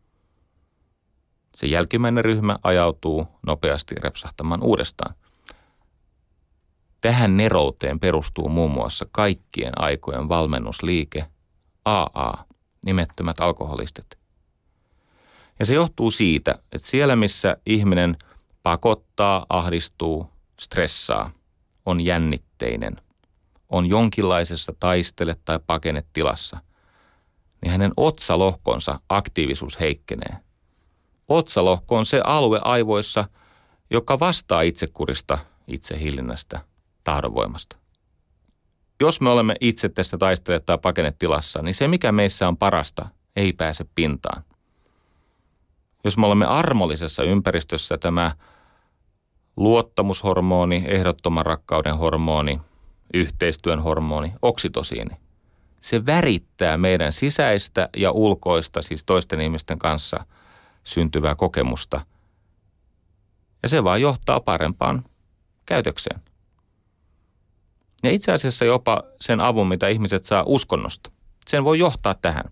Se jälkimmäinen ryhmä ajautuu nopeasti repsahtamaan uudestaan. Tähän nerouteen perustuu muun muassa kaikkien aikojen valmennusliike A A, nimettömät alkoholistit. Ja se johtuu siitä, että siellä missä ihminen pakottaa, ahdistuu, stressaa, on jännitteinen, on jonkinlaisessa taistele- tai pakenetilassa, niin hänen otsalohkonsa aktiivisuus heikkenee. Otsalohko on se alue aivoissa, joka vastaa itsekurista, itsehillinnästä, tahdonvoimasta. Jos me olemme itse tässä taistele- tai pakenetilassa, niin se mikä meissä on parasta ei pääse pintaan. Jos me olemme armollisessa ympäristössä, tämä luottamushormoni, ehdottoman rakkauden hormoni, yhteistyön hormoni, oksitosiini, se värittää meidän sisäistä ja ulkoista, siis toisten ihmisten kanssa syntyvää kokemusta. Ja se vaan johtaa parempaan käytökseen. Ja itse asiassa jopa sen avun, mitä ihmiset saa uskonnosta, sen voi johtaa tähän.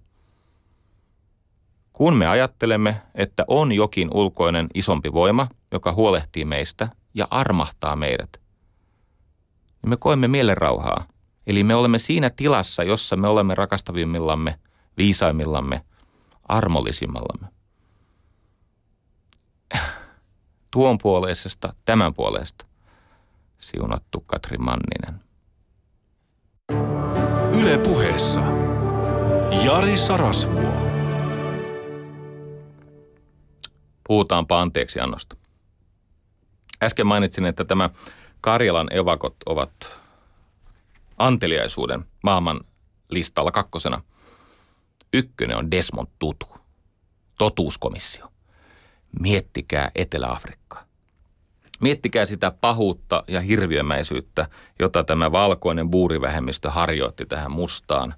Kun me ajattelemme, että on jokin ulkoinen isompi voima, joka huolehtii meistä ja armahtaa meidät, niin me koemme mielenrauhaa. Eli me olemme siinä tilassa, jossa me olemme rakastavimmillamme, viisaimmillamme, armollisimmallamme. Tuon puoleisesta, tämän puolesta. Siunattu Katri Manninen. Yle Puheessa Jari Sarasvuo. Puhutaanpa anteeksiannosta. Äsken mainitsin, että tämä Karjalan evakot ovat anteliaisuuden maailman listalla kakkosena. Ykkönen on Desmond Tutu, totuuskomissio. Miettikää Etelä-Afrikkaa. Miettikää sitä pahuutta ja hirviömäisyyttä, jota tämä valkoinen buurivähemmistö harjoitti tähän mustaan.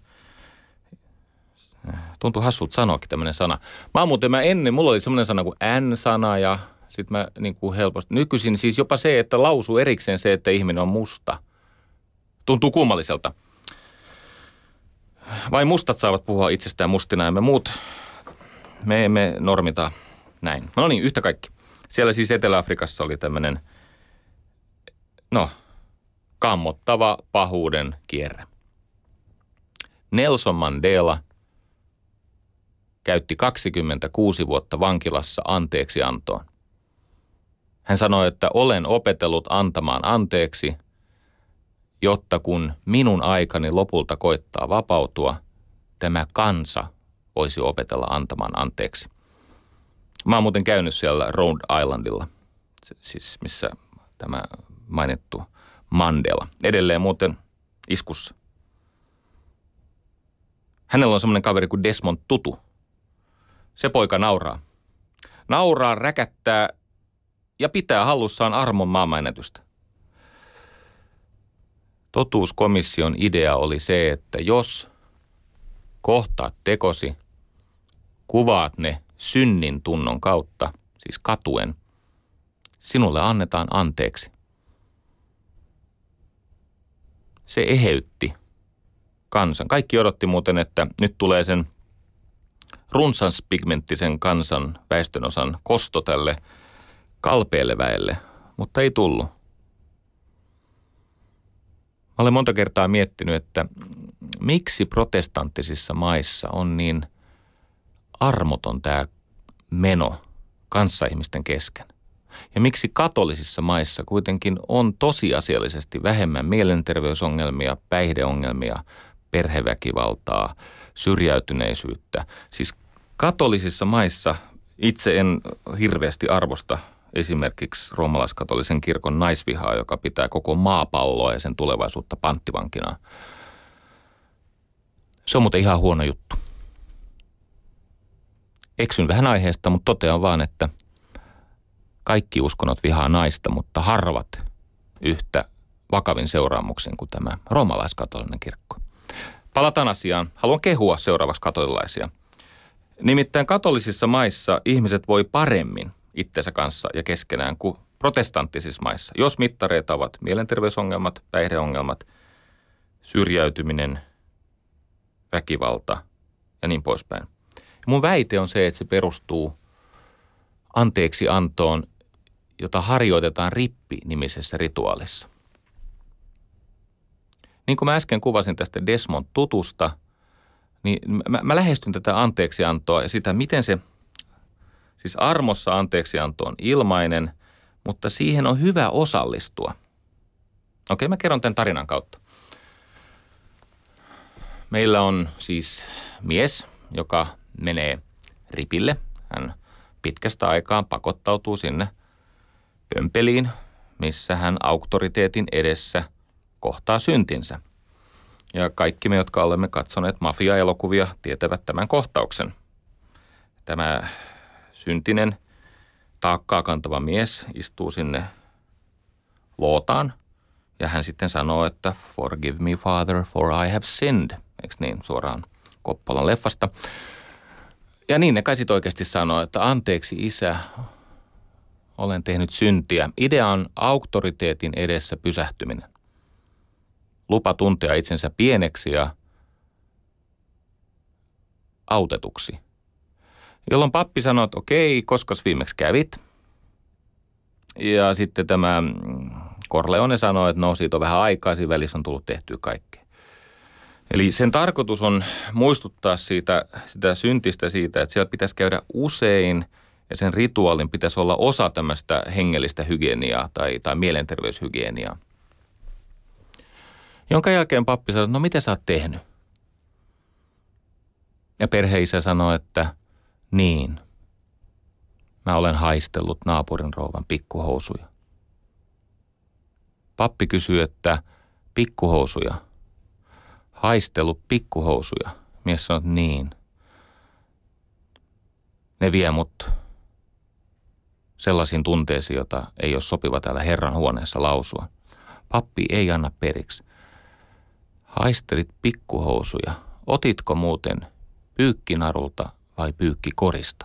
Tuntuu hassulta sanoakin tämmöinen sana. Mä muuten mä ennen, mulla oli semmoinen sana kuin N-sana ja sitten mä niin kuin helposti. Nykyisin siis jopa se, että lausuu erikseen se, että ihminen on musta. Tuntuu kummalliselta. Vain mustat saavat puhua itsestään mustina ja me muut, me emme normita näin. No niin, yhtä kaikki. Siellä siis Etelä-Afrikassa oli tämmöinen, no, kammottava pahuuden kierre. Nelson Mandela käytti kaksikymmentäkuusi vuotta vankilassa anteeksiantoon. Hän sanoi, että olen opetellut antamaan anteeksi, jotta kun minun aikani lopulta koittaa vapautua, tämä kansa voisi opetella antamaan anteeksi. Mä oon muuten käynyt siellä Rhode Islandilla, siis missä tämä mainittu Mandela. Edelleen muuten iskussa. Hänellä on semmoinen kaveri kuin Desmond Tutu. Se poika nauraa. Nauraa, räkättää ja pitää hallussaan armon maailmanennätystä. Totuuskomission idea oli se, että jos kohtaat tekosi, kuvaat ne synnin tunnon kautta, siis katuen, sinulle annetaan anteeksi. Se eheytti kansan. Kaikki odotti muuten, että nyt tulee sen runsaspigmenttisen kansan väestönosan kosto tälle kalpeelle väelle, mutta ei tullut. Mä olen monta kertaa miettinyt, että miksi protestanttisissa maissa on niin armoton tämä meno kanssaihmisten kesken. Ja miksi katolisissa maissa kuitenkin on tosiasiallisesti vähemmän mielenterveysongelmia, päihdeongelmia, perheväkivaltaa, syrjäytyneisyyttä. Siis katolisissa maissa itse en hirveästi arvosta esimerkiksi roomalaiskatolisen kirkon naisvihaa, joka pitää koko maapalloa ja sen tulevaisuutta panttivankina. Se on muuten ihan huono juttu. Eksyn vähän aiheesta, mutta totean vaan, että kaikki uskonnot vihaa naista, mutta harvat yhtä vakavin seuraamuksen kuin tämä roomalaiskatolinen kirkko. Palataan asiaan. Haluan kehua seuraavaksi katolilaisia. Nimittäin katolisissa maissa ihmiset voi paremmin itsensä kanssa ja keskenään kuin protestanttisissa maissa. Jos mittareita ovat mielenterveysongelmat, päihdeongelmat, syrjäytyminen, väkivalta ja niin poispäin. Mun väite on se, että se perustuu anteeksi antoon, jota harjoitetaan rippi-nimisessä rituaalissa. Niin kuin mä äsken kuvasin tästä Desmond Tutusta, niin mä, mä lähestyn tätä anteeksiantoa ja sitä, miten se, siis armossa anteeksianto on ilmainen, mutta siihen on hyvä osallistua. Okei, mä kerron tämän tarinan kautta. Meillä on siis mies, joka menee ripille. Hän pitkästä aikaa pakottautuu sinne pömpeliin, missä hän auktoriteetin edessä kohtaa syntinsä. Ja kaikki me, jotka olemme katsoneet mafia-elokuvia, tietävät tämän kohtauksen. Tämä syntinen, taakkaa kantava mies istuu sinne lootaan ja hän sitten sanoo, että forgive me father for I have sinned. Eikö niin, suoraan Koppolan leffasta. Ja niin ne kai sit oikeasti sanoo, että anteeksi isä, olen tehnyt syntiä. Idea on auktoriteetin edessä pysähtyminen. Lupa tuntea itsensä pieneksi ja autetuksi. Jolloin pappi sanoo, että okei, koskas viimeksi kävit. Ja sitten tämä Corleone sanoo, että no siitä on vähän aikaa, siinä välissä on tullut tehtyä kaikkea. Eli sen tarkoitus on muistuttaa siitä, sitä syntistä siitä, että siellä pitäisi käydä usein ja sen rituaalin pitäisi olla osa tämmöistä hengellistä hygieniaa tai, tai mielenterveyshygieniaa. Jonka jälkeen pappi sanoi, että no mitä sä oot tehnyt? Ja perheisä sanoi, että niin, mä olen haistellut naapurin rouvan pikkuhousuja. Pappi kysyi, että pikkuhousuja, haistellut pikkuhousuja. Mies sanoi, että niin. Ne vie mut sellaisiin tunteisiin, jota ei ole sopiva täällä Herran huoneessa lausua. Pappi ei anna periksi. Haistelit pikkuhousuja. Otitko muuten pyykkinarulta vai pyykkikorista?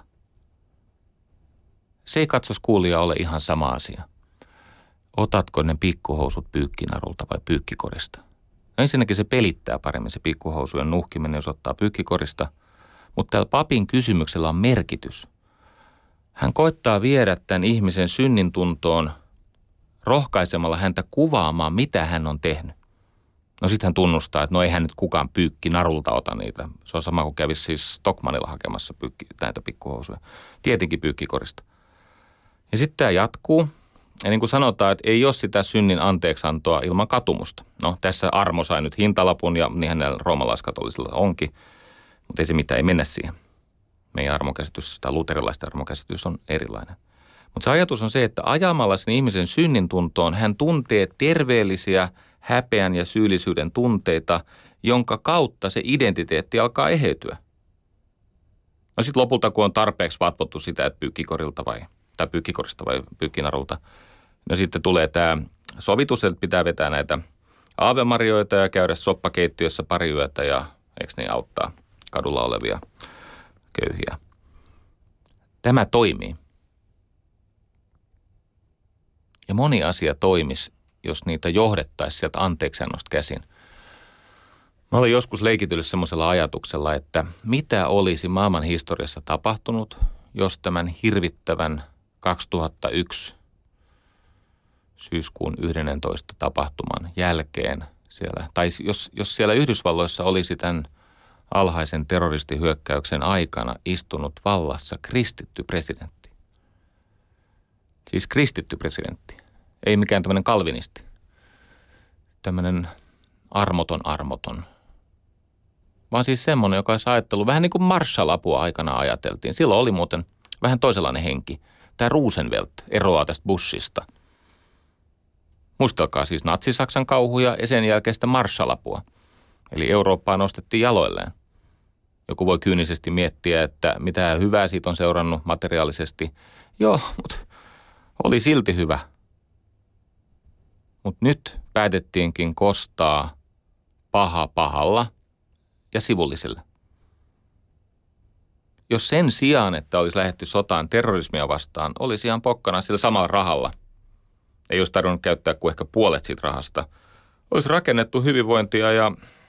Se ei katsos kuulija ole ihan sama asia. Otatko ne pikkuhousut pyykkinarulta vai pyykkikorista? Ensinnäkin se pelittää paremmin se pikkuhousujen nuhkiminen, jos ottaa pyykkikorista, mutta täällä papin kysymyksellä on merkitys. Hän koittaa viedä tämän ihmisen synnintuntoon rohkaisemalla häntä kuvaamaan, mitä hän on tehnyt. No sitten hän tunnustaa, että no eihän nyt kukaan pyykkinarulta ota niitä. Se on sama kuin kävisi siis Stockmannilla hakemassa pyykki, näitä pikkuhousuja. Tietenkin pyykkikorista. Ja sitten tämä jatkuu. Ja niin kuin sanotaan, että ei ole sitä synnin anteeksiantoa ilman katumusta. No tässä armo sai nyt hintalapun ja niinhän näillä roomalaiskatolisilla onkin. Mutta ei se mitään, ei mennä siihen. Meidän armokäsitys, tai luterilaisten armokäsitys on erilainen. Mutta se ajatus on se, että ajamalla sen ihmisen synnin tuntoon hän tuntee terveellisiä häpeän ja syyllisyyden tunteita, jonka kautta se identiteetti alkaa eheytyä. No sitten lopulta, kun on tarpeeksi vatvottu sitä, että pyykkikorilta vai, tai pyykkikorista vai pyykkinarulta, no sitten tulee tämä sovitus, että pitää vetää näitä aavemarjoita ja käydä soppakeittiössä pari yötä ja eikö niin auttaa kadulla olevia köyhiä. Tämä toimii. Ja moni asia toimisi, jos niitä johdettaisiin sieltä anteeksiannosta käsin. Mä olin joskus leikitynyt semmoisella ajatuksella, että mitä olisi maailman historiassa tapahtunut, jos tämän hirvittävän kaksituhattayksi syyskuun yhdentoista tapahtuman jälkeen siellä, tai jos, jos siellä Yhdysvalloissa olisi tämän alhaisen terroristihyökkäyksen aikana istunut vallassa kristitty presidentti. Siis kristitty presidentti. Ei mikään tämmöinen kalvinisti. Tämmöinen armoton armoton. Vaan siis semmoinen, joka olisi ajatellut, vähän niin kuin Marshall-apua aikana ajateltiin. Silloin oli muuten vähän toisenlainen henki. Tämä Roosevelt eroaa tästä Bushista. Muistelkaa siis Natsi-Saksan kauhuja ja sen jälkeistä Marshall-apua. Eli Eurooppaa nostettiin jaloilleen. Joku voi kyynisesti miettiä, että mitä hyvää siitä on seurannut materiaalisesti. Joo, mutta oli silti hyvä. Mutta nyt päätettiinkin kostaa paha pahalla ja sivullisilla. Jos sen sijaan, että olisi lähdetty sotaan terrorismia vastaan, olisi ihan pokkana sillä samalla rahalla. Ei olisi tarvinnut käyttää kuin ehkä puolet siitä rahasta. Olisi rakennettu hyvinvointia ja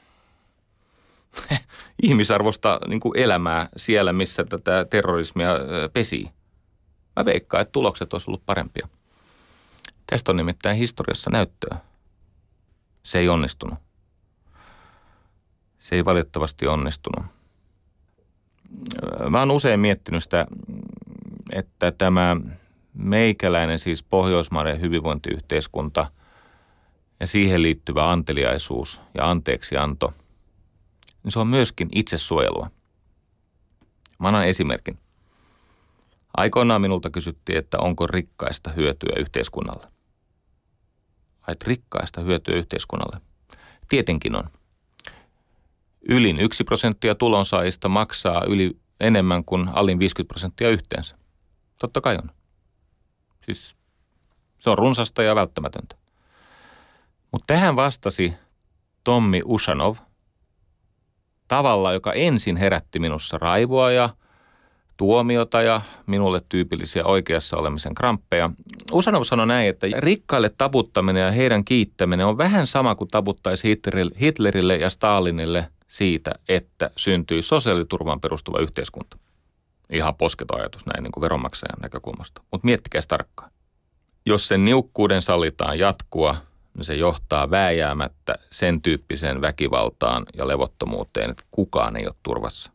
ihmisarvosta niin kuin elämää siellä, missä tätä terrorismia pesii. Mä veikkaan, että tulokset olisi ollut parempia. Tästä on nimittäin historiassa näyttöä. Se ei onnistunut. Se ei valitettavasti onnistunut. Mä oon usein miettinyt sitä, että tämä meikäläinen, siis Pohjoismaiden hyvinvointiyhteiskunta ja siihen liittyvä anteliaisuus ja anteeksianto, niin se on myöskin itsesuojelua. Mä annan esimerkin. Aikoinaan minulta kysyttiin, että onko rikkaista hyötyä yhteiskunnalle. Ai, että rikkaista hyötyä yhteiskunnalle. Tietenkin on. Ylin yksi prosenttia tulonsaajista maksaa yli enemmän kuin alin viisikymmentä prosenttia yhteensä. Totta kai on. Siis se on runsasta ja välttämätöntä. Mutta tähän vastasi Tommi Ushanov tavalla, joka ensin herätti minussa raivoa ja tuomiota ja minulle tyypillisiä oikeassa olemisen kramppeja. Ushanov sanoi näin, että rikkaille taputtaminen ja heidän kiittäminen on vähän sama kuin taputtaisi Hitlerille ja Stalinille siitä, että syntyi sosiaaliturvaan perustuva yhteiskunta. Ihan posketon ajatus näin niin kuin veronmaksajan näkökulmasta. Mutta miettikää tarkkaan. Jos sen niukkuuden sallitaan jatkua, niin se johtaa vääjäämättä sen tyyppiseen väkivaltaan ja levottomuuteen, että kukaan ei ole turvassa.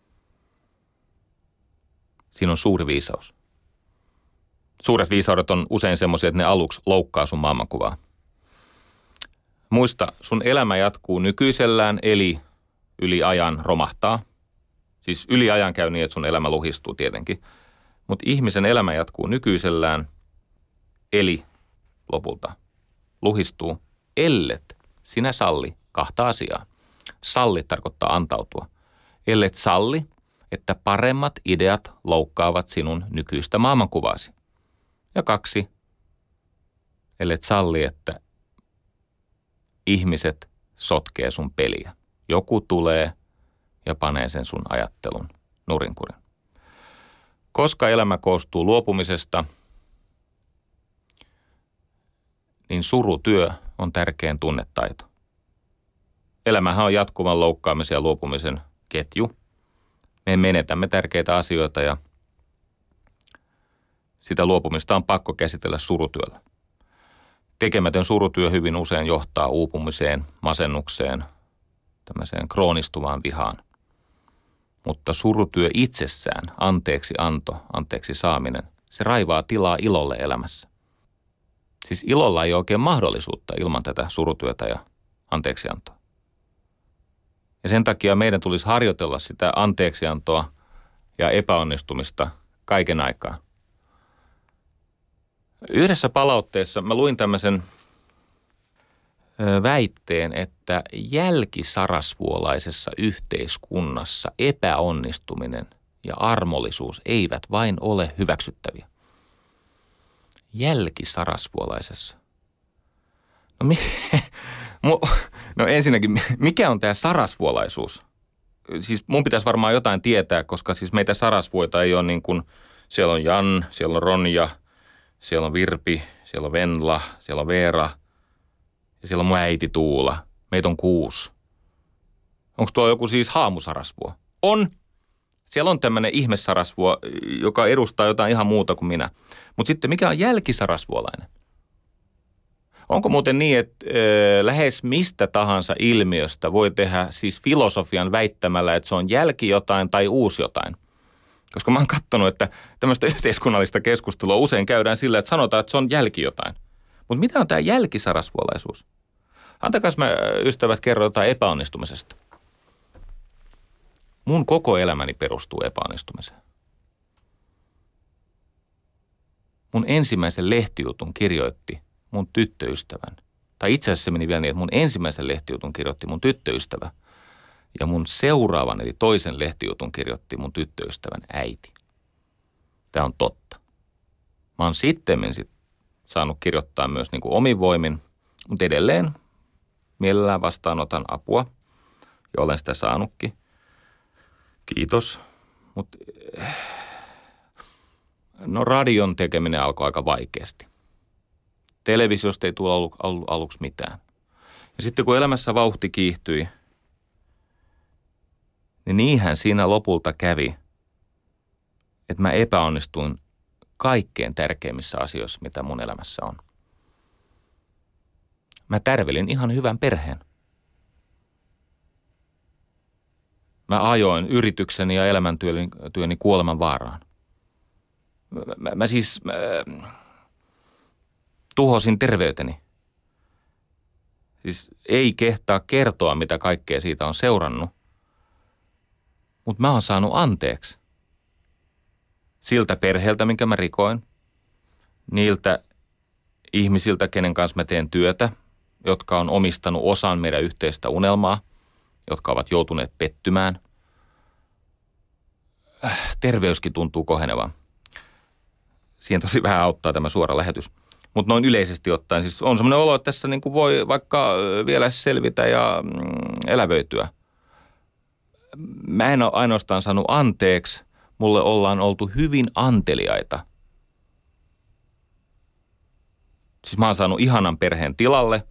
Siinä on suuri viisaus. Suuret viisaudet on usein semmoisia, että ne aluksi loukkaa sun maailmankuvaa. Muista, sun elämä jatkuu nykyisellään, eli yli ajan romahtaa. Siis yli ajan käy niin, että sun elämä luhistuu tietenkin. Mutta ihmisen elämä jatkuu nykyisellään, eli lopulta luhistuu, ellet sinä salli kahta asiaa. Salli tarkoittaa antautua. Ellet salli, että paremmat ideat loukkaavat sinun nykyistä maailmankuvaasi. Ja kaksi, ellet salli, että ihmiset sotkee sun peliä. Joku tulee ja panee sen sun ajattelun nurinkurin. Koska elämä koostuu luopumisesta, niin surutyö on tärkein tunnetaito. Elämähän on jatkuvan loukkaamisen ja luopumisen ketju. Me menetämme tärkeitä asioita ja sitä luopumista on pakko käsitellä surutyöllä. Tekemätön surutyö hyvin usein johtaa uupumiseen, masennukseen, tämmöiseen kroonistuvaan vihaan. Mutta surutyö itsessään, anteeksi anto, anteeksi saaminen, se raivaa tilaa ilolle elämässä. Siis ilolla ei ole oikein mahdollisuutta ilman tätä surutyötä ja anteeksiantoa. Ja sen takia meidän tulisi harjoitella sitä anteeksiantoa ja epäonnistumista kaiken aikaa. Yhdessä palautteessa mä luin tämmöisen väitteen, että jälkisarasvuolaisessa yhteiskunnassa epäonnistuminen ja armollisuus eivät vain ole hyväksyttäviä. Jälkisarasvuolaisessa. No, mi- no ensinnäkin, mikä on tämä sarasvuolaisuus? Siis mun pitäisi varmaan jotain tietää, koska siis meitä sarasvuoita ei ole niin kuin, siellä on Jan, siellä on Ronja, siellä on Virpi, siellä on Venla, siellä on Veera ja siellä on mun äiti Tuula. Meitä on kuusi. Onko tuo joku siis haamusarasvuo? On. Siellä on tämmöinen ihmesarasvuo, joka edustaa jotain ihan muuta kuin minä. Mutta sitten mikä on jälkisarasvuolainen? Onko muuten niin, että ö, lähes mistä tahansa ilmiöstä voi tehdä siis filosofian väittämällä, että se on jälki jotain tai uusi jotain? Koska mä oon katsonut, että tämmöistä yhteiskunnallista keskustelua usein käydään sillä, että sanotaan, että se on jälki jotain. Mutta mitä on tämä jälkisarasvuolaisuus? Antakas mä, ystävät, kerron jotain epäonnistumisesta. Mun koko elämäni perustuu epäonnistumiseen. Mun ensimmäisen lehtijutun kirjoitti mun tyttöystävän. Tai itse asiassa se meni vielä niin, että mun ensimmäisen lehtijutun kirjoitti mun tyttöystävä. Ja mun seuraavan, eli toisen lehtijutun kirjoitti mun tyttöystävän äiti. Tämä on totta. Mä oon sittemmin sit saanut kirjoittaa myös niin kuin omin voimin, mutta edelleen mielellään vastaanotan apua ja olen sitä saanutkin. Kiitos. Mutta no radion tekeminen alkoi aika vaikeasti. Televisiosta ei tule alu, alu, aluksi mitään. Ja sitten kun elämässä vauhti kiihtyi, niin niinhän siinä lopulta kävi, että mä epäonnistuin kaikkein tärkeimmissä asioissa, mitä mun elämässä on. Mä tärvelin ihan hyvän perheen. Mä ajoin yritykseni ja elämäntyöni kuoleman vaaraan. Mä, mä, mä siis mä, tuhosin terveyteni. Siis ei kehtaa kertoa, mitä kaikkea siitä on seurannut. Mutta mä oon saanut anteeksi. Siltä perheeltä, minkä mä rikoin. Niiltä ihmisiltä, kenen kanssa mä teen työtä, jotka on omistanut osan meidän yhteistä unelmaa, jotka ovat joutuneet pettymään. Terveyskin tuntuu kohenevan. Siihen tosi vähän auttaa tämä suora lähetys. Mutta noin yleisesti ottaen, siis on semmoinen olo, että tässä niin kuin voi vaikka vielä selvitä ja elävöityä. Mä en ole ainoastaan saanut anteeksi, mulle ollaan oltu hyvin anteliaita. Siis mä oon saanut ihanan perheen tilalle,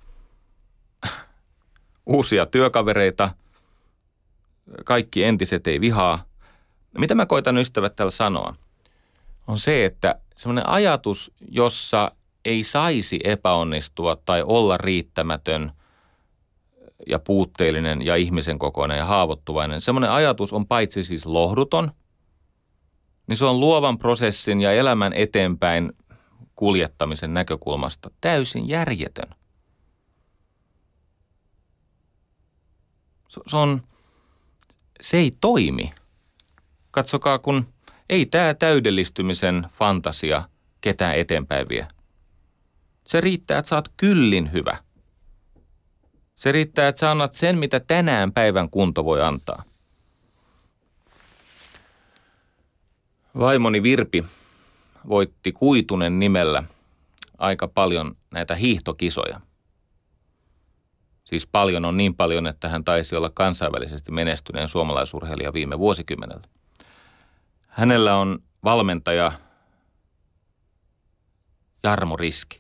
uusia työkavereita, kaikki entiset ei vihaa. Mitä mä koitan ystävät täällä sanoa, on se, että semmoinen ajatus, jossa ei saisi epäonnistua tai olla riittämätön ja puutteellinen ja ihmisen kokoinen ja haavoittuvainen. Semmoinen ajatus on paitsi siis lohduton, niin se on luovan prosessin ja elämän eteenpäin kuljettamisen näkökulmasta täysin järjetön. Se on, se ei toimi. Katsokaa, kun ei tämä täydellistymisen fantasia ketään eteenpäin vie. Se riittää, että sä oot kyllin hyvä. Se riittää, että sä annat sen, mitä tänään päivän kunto voi antaa. Vaimoni Virpi voitti Kuitunen nimellä aika paljon näitä hiihtokisoja. Siis paljon on niin paljon, että hän taisi olla kansainvälisesti menestyneen suomalaisurheilija viime vuosikymmenellä. Hänellä on valmentaja Jarmo Riski.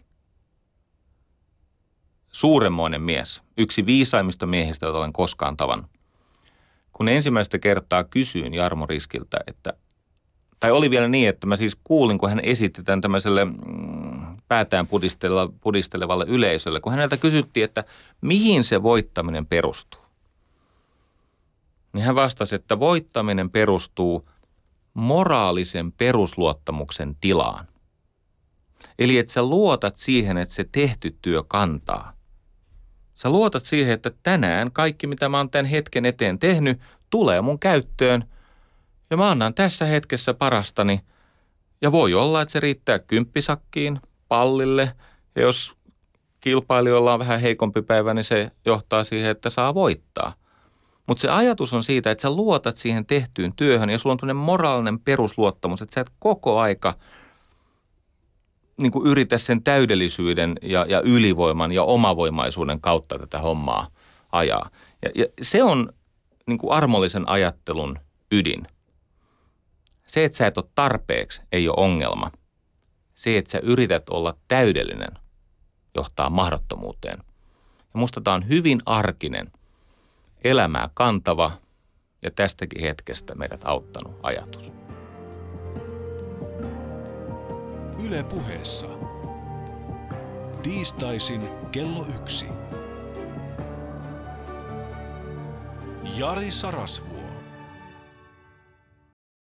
Suuremmoinen mies, yksi viisaimmista miehistä, joita olen koskaan tavannut. Kun ensimmäistä kertaa kysyin Jarmo Riskiltä, että, tai oli vielä niin, että mä siis kuulin, kun hän esitti tämän tämmöiselle mm, päätään pudistelevalle yleisölle, kun häneltä kysyttiin, että mihin se voittaminen perustuu. Niin hän vastasi, että voittaminen perustuu moraalisen perusluottamuksen tilaan. Eli että sä luotat siihen, että se tehty työ kantaa. Sä luotat siihen, että tänään kaikki, mitä mä oon tämän hetken eteen tehnyt, tulee mun käyttöön. Ja mä annan tässä hetkessä parastani. Ja voi olla, että se riittää kymppisakkiin, pallille. Ja jos kilpailijoilla on vähän heikompi päivä, niin se johtaa siihen, että saa voittaa. Mutta se ajatus on siitä, että sä luotat siihen tehtyyn työhön ja sulla on tämmöinen moraalinen perusluottamus, että sä et koko aika niin kuin yritä sen täydellisyyden ja, ja ylivoiman ja omavoimaisuuden kautta tätä hommaa ajaa. Ja, ja se on niin kuin armollisen ajattelun ydin. Se, että sä et ole tarpeeksi, ei ole ongelma. Se, että sä yrität olla täydellinen, johtaa mahdottomuuteen. Ja musta tää on hyvin arkinen, elämää kantava ja tästäkin hetkestä meidät auttanut ajatus. Yle Puheessa. Tiistaisin kello yksi. Jari Sarasvuo.